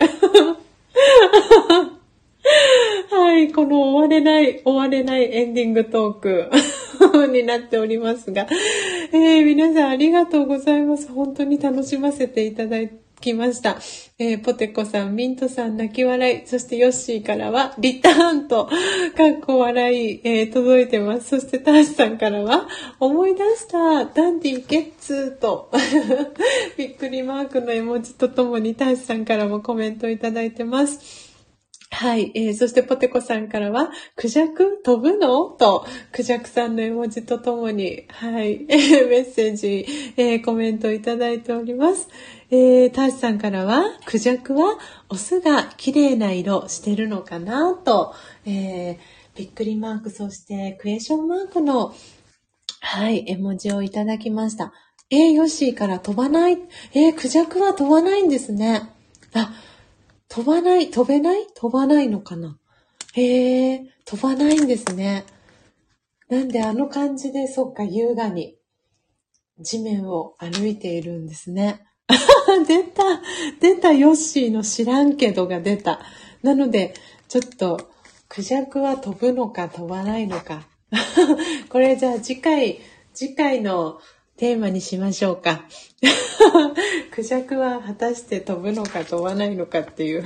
Speaker 1: はい、この終われないエンディングトークになっておりますが、皆さんありがとうございます。本当に楽しませていただきました。ポテコさん、ミントさん泣き笑い、そしてヨッシーからはリターンと、かっこ笑い、届いてます。そしてターシさんからは、思い出した、ダンディゲッツーと、びっくりマークの絵文字とともにターシさんからもコメントいただいてます。はい、そしてポテコさんからは、クジャク飛ぶのと、クジャクさんの絵文字とともに、はい、メッセージ、コメントいただいております。ターシさんからは、クジャクはオスが綺麗な色してるのかなと、びっくりマーク、そしてクエスチョンマークの、はい、絵文字をいただきました。ヨッシーから飛ばない。クジャクは飛ばないんですね。飛べないのかな？飛ばないんですね。なんであの感じで、そっか、優雅に地面を歩いているんですね。出た、ヨッシーの知らんけどが出た。なので、ちょっと、クジャクは飛ぶのか飛ばないのか。これじゃあ次回のテーマにしましょうか。クジャクは果たして飛ぶのか飛ばないのかっていう。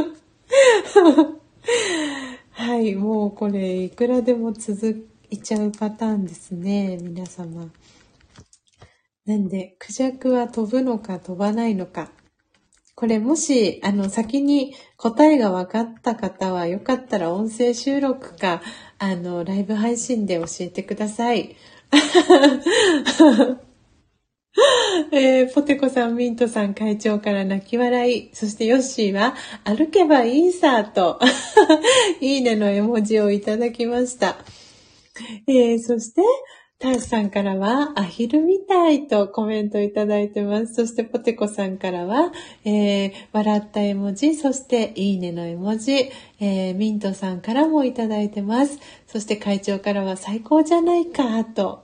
Speaker 1: はい、もうこれいくらでも続いちゃうパターンですね、皆様。なんで、クジャクは飛ぶのか飛ばないのか。これもし、先に答えが分かった方は、よかったら音声収録か、ライブ配信で教えてください。ポテコさん、ミントさん、会長から泣き笑い。そしてヨッシーは、歩けばいいさ、と、いいねの絵文字をいただきました。そして、 ターシさんからは、アヒルみたいとコメントいただいてます。そしてポテコさんからは、笑った絵文字、そしていいねの絵文字、ミントさんからもいただいてます。そして会長からは最高じゃないかと。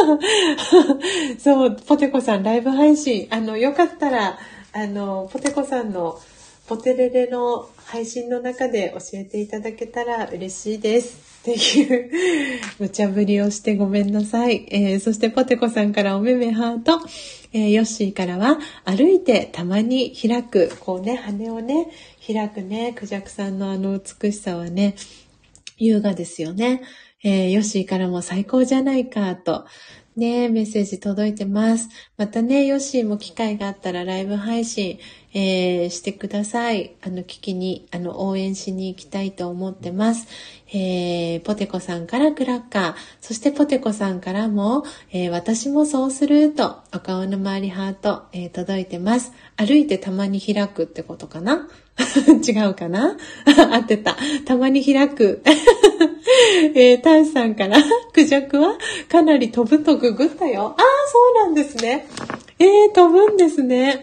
Speaker 1: そう、ポテコさんライブ配信、よかったら、ポテコさんのポテレレの配信の中で教えていただけたら嬉しいです。っていう無茶ぶりをしてごめんなさい。そしてポテコさんからおめめハート。ヨッシーからは歩いてたまに開く。こうね、羽をね、開くね、クジャクさんの美しさはね、優雅ですよね。ヨッシーからも最高じゃないかと。ね、メッセージ届いてます。またね、ヨッシーも機会があったらライブ配信、してください。聞きに、応援しに行きたいと思ってます。ポテコさんからクラッカー、そしてポテコさんからも、私もそうすると、お顔の周りハート、届いてます。歩いてたまに開くってことかな違うかな合ってた。たまに開く。ターシさんから、クジャクはかなり飛ぶとググったよ。ああ、そうなんですね。飛ぶんですね。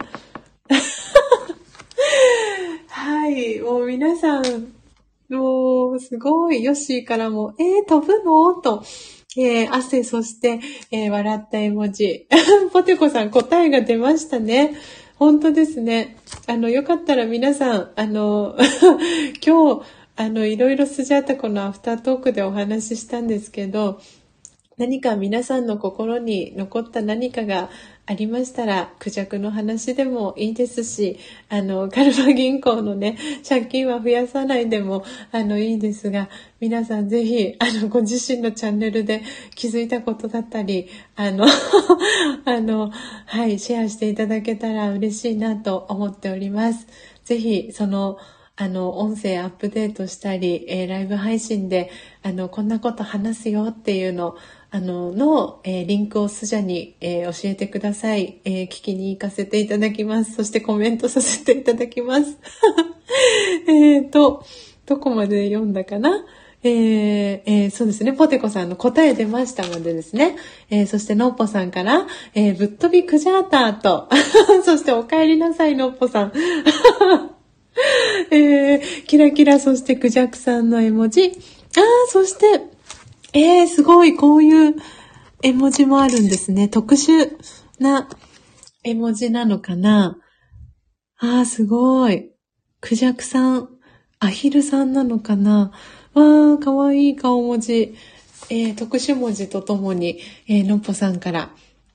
Speaker 1: はい、もう皆さん、もうすごい、ヨッシーからも、飛ぶのと、汗、そして、笑った絵文字。ポテコさん、答えが出ましたね。本当ですね。よかったら皆さん、今日、いろいろスジャータコのアフタートークでお話ししたんですけど、何か皆さんの心に残った何かがありましたら、クジャクの話でもいいですし、カルマ銀行のね、借金は増やさないでも、いいですが、皆さんぜひ、ご自身のチャンネルで気づいたことだったり、はい、シェアしていただけたら嬉しいなと思っております。ぜひ、音声アップデートしたり、ライブ配信で、こんなこと話すよっていうの、リンクをスジャに、教えてください。聞きに行かせていただきます。そしてコメントさせていただきます。どこまで読んだかな？そうですね。ポテコさんの答え出ましたのでですね。そしてのっぽさんから、ぶっ飛びクジャーターと、そしてお帰りなさいのっぽさん。キラキラ、そしてクジャクさんの絵文字。そして、すごい、こういう絵文字もあるんですね。特殊な絵文字なのかな。すごい。クジャクさん、アヒルさんなのかな。かわいい顔文字。特殊文字とともに、のっぽさんから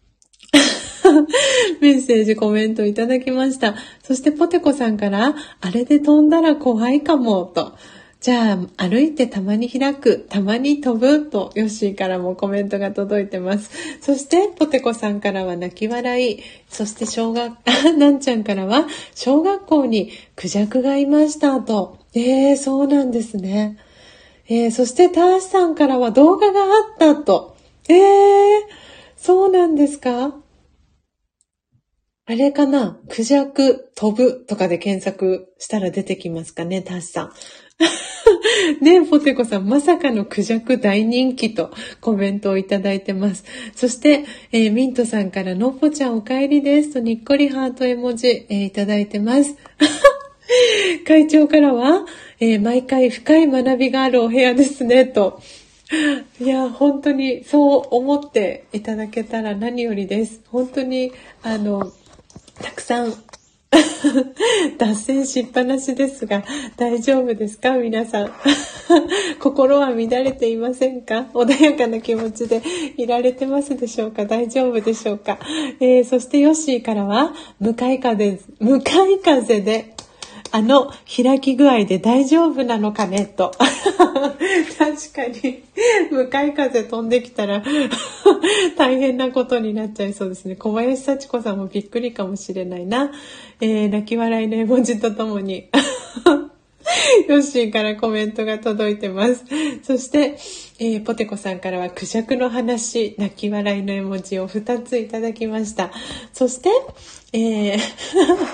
Speaker 1: メッセージ、コメントいただきました。そしてポテコさんから、あれで飛んだら怖いかも、と。じゃあ、歩いてたまに開く、たまに飛ぶ、と、ヨッシーからもコメントが届いてます。そして、ポテコさんからは泣き笑い。そして、なんちゃんからは、小学校にクジャクがいました、と。そうなんですね。そして、ターシさんからは動画があった、と。そうなんですか？あれかな？クジャク飛ぶとかで検索したら出てきますかね、タシさん。ねえ、ポテコさん、まさかのクジャク大人気とコメントをいただいてます。そして、ミントさんからのっぽちゃんお帰りですとにっこりハート絵文字、いただいてます。会長からは、毎回深い学びがあるお部屋ですね、と。いや、本当にそう思っていただけたら何よりです。本当に、たくさん脱線しっぱなしですが大丈夫ですか皆さん心は乱れていませんか？穏やかな気持ちでいられてますでしょうか？大丈夫でしょうか？そしてヨッシーからは向かい風で開き具合で大丈夫なのかねと。確かに、向かい風飛んできたら、大変なことになっちゃいそうですね。小林幸子さんもびっくりかもしれないな。泣き笑いの絵文字とともに。ヨッシーからコメントが届いてます。そして、ポテコさんからはクジャクの話、泣き笑いの絵文字を2ついただきました。そして、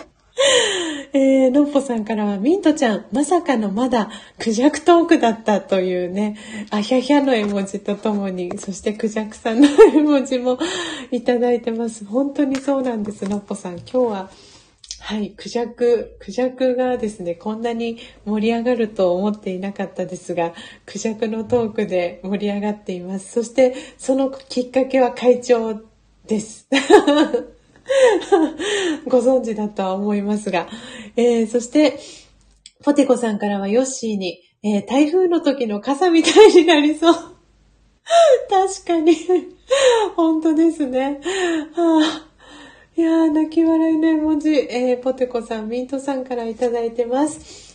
Speaker 1: のっぽさんからは、ミントちゃん、まさかのまだクジャクトークだったというね、あひゃひゃの絵文字とともに、そしてクジャクさんの絵文字もいただいてます。本当にそうなんです、のっぽさん。今日は、はい、クジャクがですね、こんなに盛り上がると思っていなかったですが、クジャクのトークで盛り上がっています。そして、そのきっかけは会長です。ご存知だとは思いますが、そしてポテコさんからはヨッシーに、台風の時の傘みたいになりそう。確かに本当ですね。いやー、泣き笑いの絵文字、ポテコさん、ミントさんからいただいてます。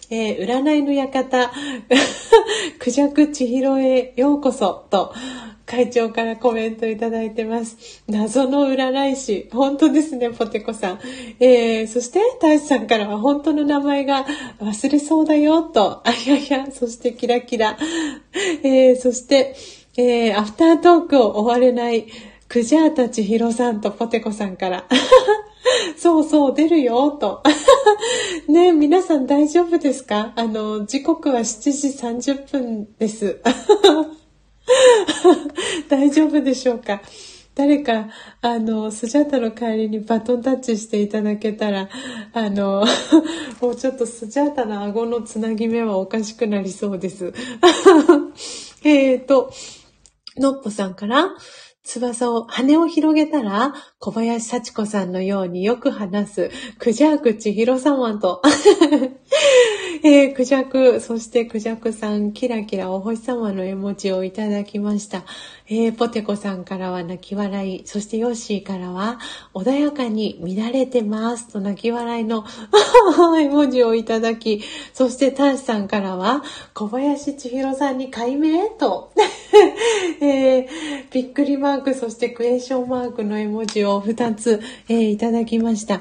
Speaker 1: 占いの館クジャク千尋へようこそと会長からコメントいただいてます。謎の占い師。本当ですね、ポテコさん。そして、大志さんからは本当の名前が忘れそうだよ、と。あ、いやいや、そしてキラキラ。そして、アフタートークを終われない、クジャータ千尋さんとポテコさんから。そうそう、出るよ、と。ね、皆さん大丈夫ですか？時刻は7時30分です。大丈夫でしょうか？誰か、スジャータの帰りにバトンタッチしていただけたら、もうちょっとスジャータの顎のつなぎ目はおかしくなりそうです。のっぽさんから、羽を広げたら、小林幸子さんのようによく話す、クジャク千尋様と、クジャク、そしてクジャクさん、キラキラお星様の絵文字をいただきました。ポテコさんからは泣き笑い、そしてヨッシーからは、穏やかに乱れてますと泣き笑いの絵文字をいただき、そしてターシさんからは、小林千尋さんに改名と、びっくりマーク、そしてクエスチョンマークの絵文字を2つ、いただきました。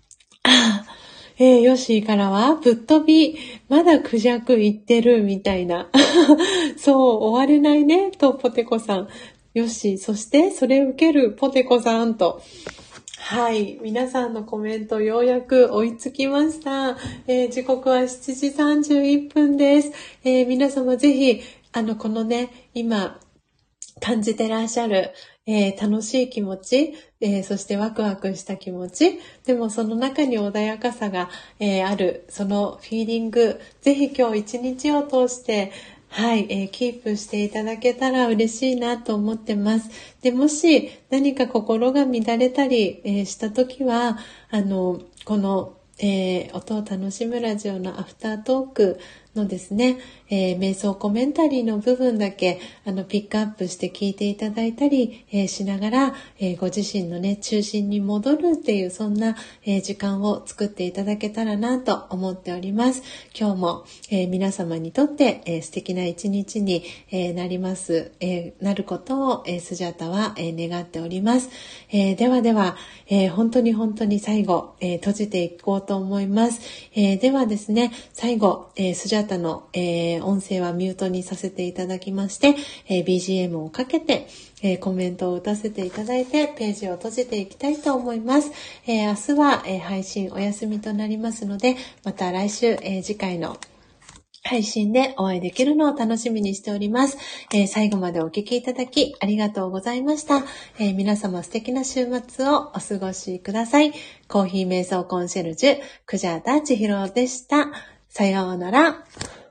Speaker 1: ヨッシーからは、ぶっ飛び、まだクジャク言ってる、みたいな。そう、終われないね、と、ポテコさん。ヨッシー、そして、それ受ける、ポテコさん、と。はい。皆さんのコメント、ようやく追いつきました。時刻は7時31分です。皆様ぜひ、このね、今、感じてらっしゃる、楽しい気持ち、そしてワクワクした気持ち、でもその中に穏やかさが、ある、そのフィーリング、ぜひ今日一日を通して、はい、キープしていただけたら嬉しいなと思ってます。で、もし何か心が乱れたり、したときは、この、音を楽しむラジオのアフタートークのですね、瞑想コメンタリーの部分だけピックアップして聞いていただいたり、しながら、ご自身のね中心に戻るっていうそんな、時間を作っていただけたらなと思っております。今日も、皆様にとって、素敵な一日に、なります、なることを、スジャータは、願っております。ではでは、本当に最後、閉じていこうと思います。ではですね、最後、スジャータの、音声はミュートにさせていただきまして、BGM をかけて、コメントを打たせていただいてページを閉じていきたいと思います。明日は、配信お休みとなりますので、また来週、次回の配信でお会いできるのを楽しみにしております。最後までお聞きいただきありがとうございました。皆様素敵な週末をお過ごしください。コーヒー瞑想コンシェルジュ、クジャータ千尋でした。さようなら。